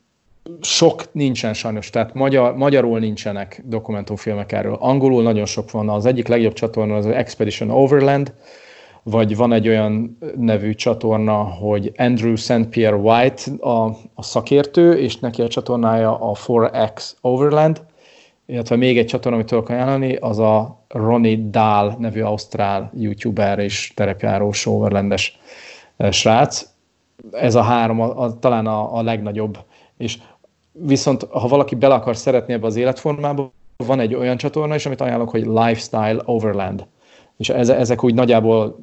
sok nincsen sajnos, tehát magyar, magyarul nincsenek dokumentumfilmek erről. Angolul nagyon sok van. Az egyik legjobb csatorna az Expedition Overland, vagy van egy olyan nevű csatorna, hogy Andrew Saint Pierre White a, a szakértő, és neki a csatornája a four X Overland, illetve még egy csatorna, amit tudok ajánlani, az a Ronnie Dahl nevű ausztrál youtuber és terepjárós overlandes srác. Ez a három a, a, talán a, a legnagyobb. És viszont, ha valaki bele akar szeretni ebbe az életformába, van egy olyan csatorna is, amit ajánlok, hogy Lifestyle Overland. És ezek úgy nagyjából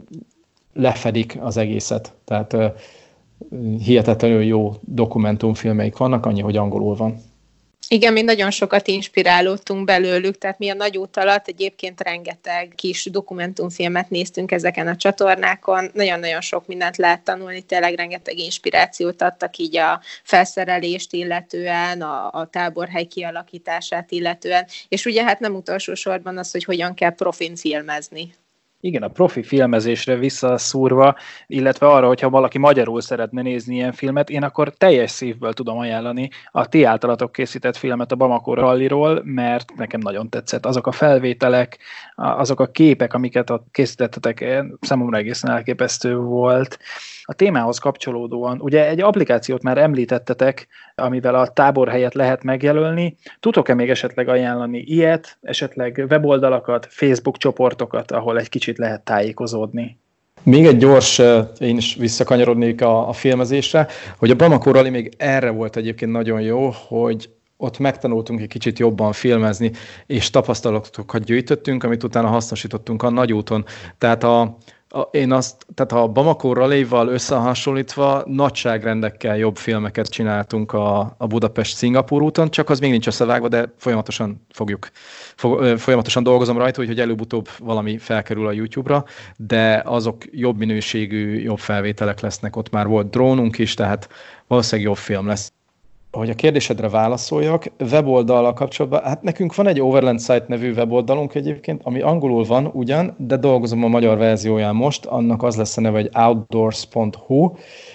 lefedik az egészet. Tehát uh, hihetetlenül jó dokumentumfilmeik vannak, annyi, hogy angolul van. Igen, mi nagyon sokat inspirálódtunk belőlük, tehát mi a nagy út alatt egyébként rengeteg kis dokumentumfilmet néztünk ezeken a csatornákon, nagyon-nagyon sok mindent lehet tanulni, tényleg rengeteg inspirációt adtak így a felszerelést illetően, a, a táborhely kialakítását illetően, és ugye hát nem utolsó sorban az, hogy hogyan kell profin filmezni. Igen, a profi filmezésre visszaszúrva, illetve arra, hogyha valaki magyarul szeretne nézni ilyen filmet, én akkor teljes szívből tudom ajánlani a ti általatok készített filmet a Bamako Rallyról, mert nekem nagyon tetszett. Azok a felvételek, azok a képek, amiket ott készítettetek, számomra egészen elképesztő volt. A témához kapcsolódóan, ugye egy applikációt már említettetek, amivel a táborhelyet lehet megjelölni. Tudtok-e még esetleg ajánlani ilyet, esetleg weboldalakat, Facebook csoportokat, ahol egy kicsit lehet tájékozódni? Még egy gyors, én is visszakanyarodnék a, a filmezésre, hogy a Bamako Rally még erre volt egyébként nagyon jó, hogy ott megtanultunk egy kicsit jobban filmezni, és tapasztalatokat gyűjtöttünk, amit utána hasznosítottunk a nagyúton. Tehát a A, én azt, tehát a Bamako Rally-val összehasonlítva nagyságrendekkel jobb filmeket csináltunk a, a Budapest-Szingapúr úton, csak az még nincs összevágva, de folyamatosan fogjuk, fog, folyamatosan dolgozom rajta, úgyhogy előbb-utóbb valami felkerül a YouTube-ra, de azok jobb minőségű, jobb felvételek lesznek, ott már volt drónunk is, tehát valószínűleg jobb film lesz. Hogy a kérdésedre válaszoljak, weboldallal kapcsolatban, hát nekünk van egy Overland Site nevű weboldalunk egyébként, ami angolul van ugyan, de dolgozom a magyar verzióján most, annak az lesz a neve, hogy outdoors pont hu.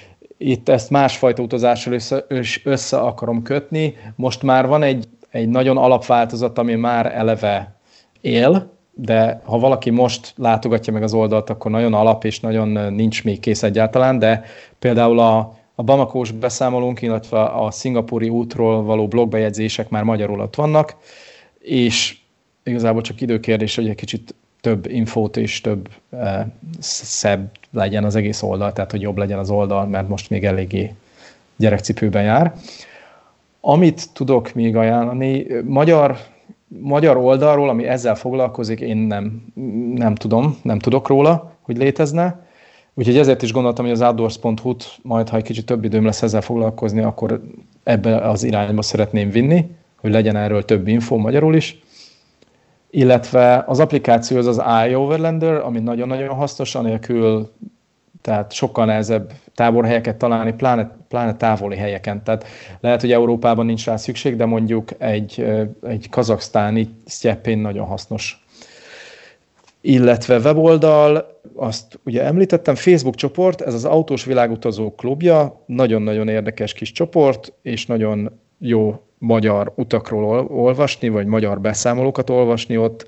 Itt ezt másfajta utazással össze, össze akarom kötni. Most már van egy, egy nagyon alapváltozat, ami már eleve él, de ha valaki most látogatja meg az oldalt, akkor nagyon alap és nagyon nincs még kész egyáltalán, de például a A Bamakós beszámolónk, illetve a szingapúri útról való blogbejegyzések már magyarul ott vannak, és igazából csak időkérdés, hogy egy kicsit több infót és több eh, szebb legyen az egész oldal, tehát hogy jobb legyen az oldal, mert most még eléggé gyerekcipőben jár. Amit tudok még ajánlani, magyar, magyar oldalról, ami ezzel foglalkozik, én nem, nem tudom, nem tudok róla, hogy létezne. Úgyhogy ezért is gondoltam, hogy az outdoors pont hu-t majd, ha egy kicsit több időm lesz ezzel foglalkozni, akkor ebbe az irányba szeretném vinni, hogy legyen erről több infó magyarul is. Illetve az applikáció az az iOverlander, ami nagyon-nagyon hasznos, anélkül, tehát sokkal nehezebb táborhelyeket találni, pláne, pláne távoli helyeken. Tehát lehet, hogy Európában nincs rá szükség, de mondjuk egy, egy kazaksztáni sztyeppén nagyon hasznos. Illetve weboldal, azt ugye említettem, Facebook csoport, ez az Autós Világutazó Klubja, nagyon-nagyon érdekes kis csoport, és nagyon jó magyar utakról olvasni, vagy magyar beszámolókat olvasni ott,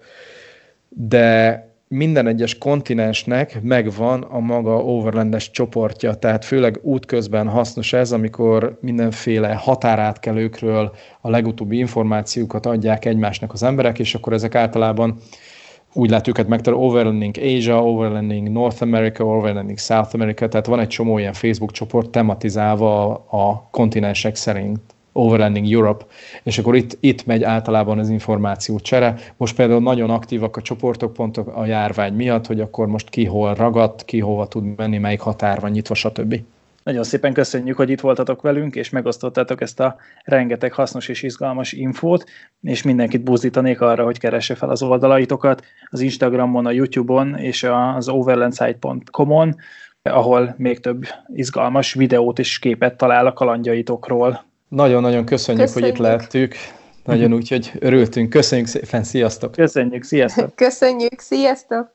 de minden egyes kontinensnek megvan a maga overlandes csoportja, tehát főleg útközben hasznos ez, amikor mindenféle határátkelőkről a legutóbbi információkat adják egymásnak az emberek, és akkor ezek általában úgy lehet őket megtalálni, Overlanding Asia, Overlanding North America, Overlanding South America, tehát van egy csomó ilyen Facebook csoport tematizálva a kontinensek szerint, Overlanding Europe, és akkor itt, itt megy általában az információ csere. Most például nagyon aktívak a csoportok pont a járvány miatt, hogy akkor most ki hol ragadt, ki hova tud menni, melyik határ van nyitva, stb. Nagyon szépen köszönjük, hogy itt voltatok velünk, és megosztottátok ezt a rengeteg hasznos és izgalmas infót, és mindenkit buzdítanék arra, hogy keresse fel az oldalaitokat az Instagramon, a YouTube-on és az overlandside pont com-on, ahol még több izgalmas videót és képet talál a kalandjaitokról. Nagyon-nagyon köszönjük, Köszönjük. hogy itt lehettük. Nagyon úgy, hogy örültünk. Köszönjük szépen, sziasztok! Köszönjük, sziasztok! Köszönjük, sziasztok!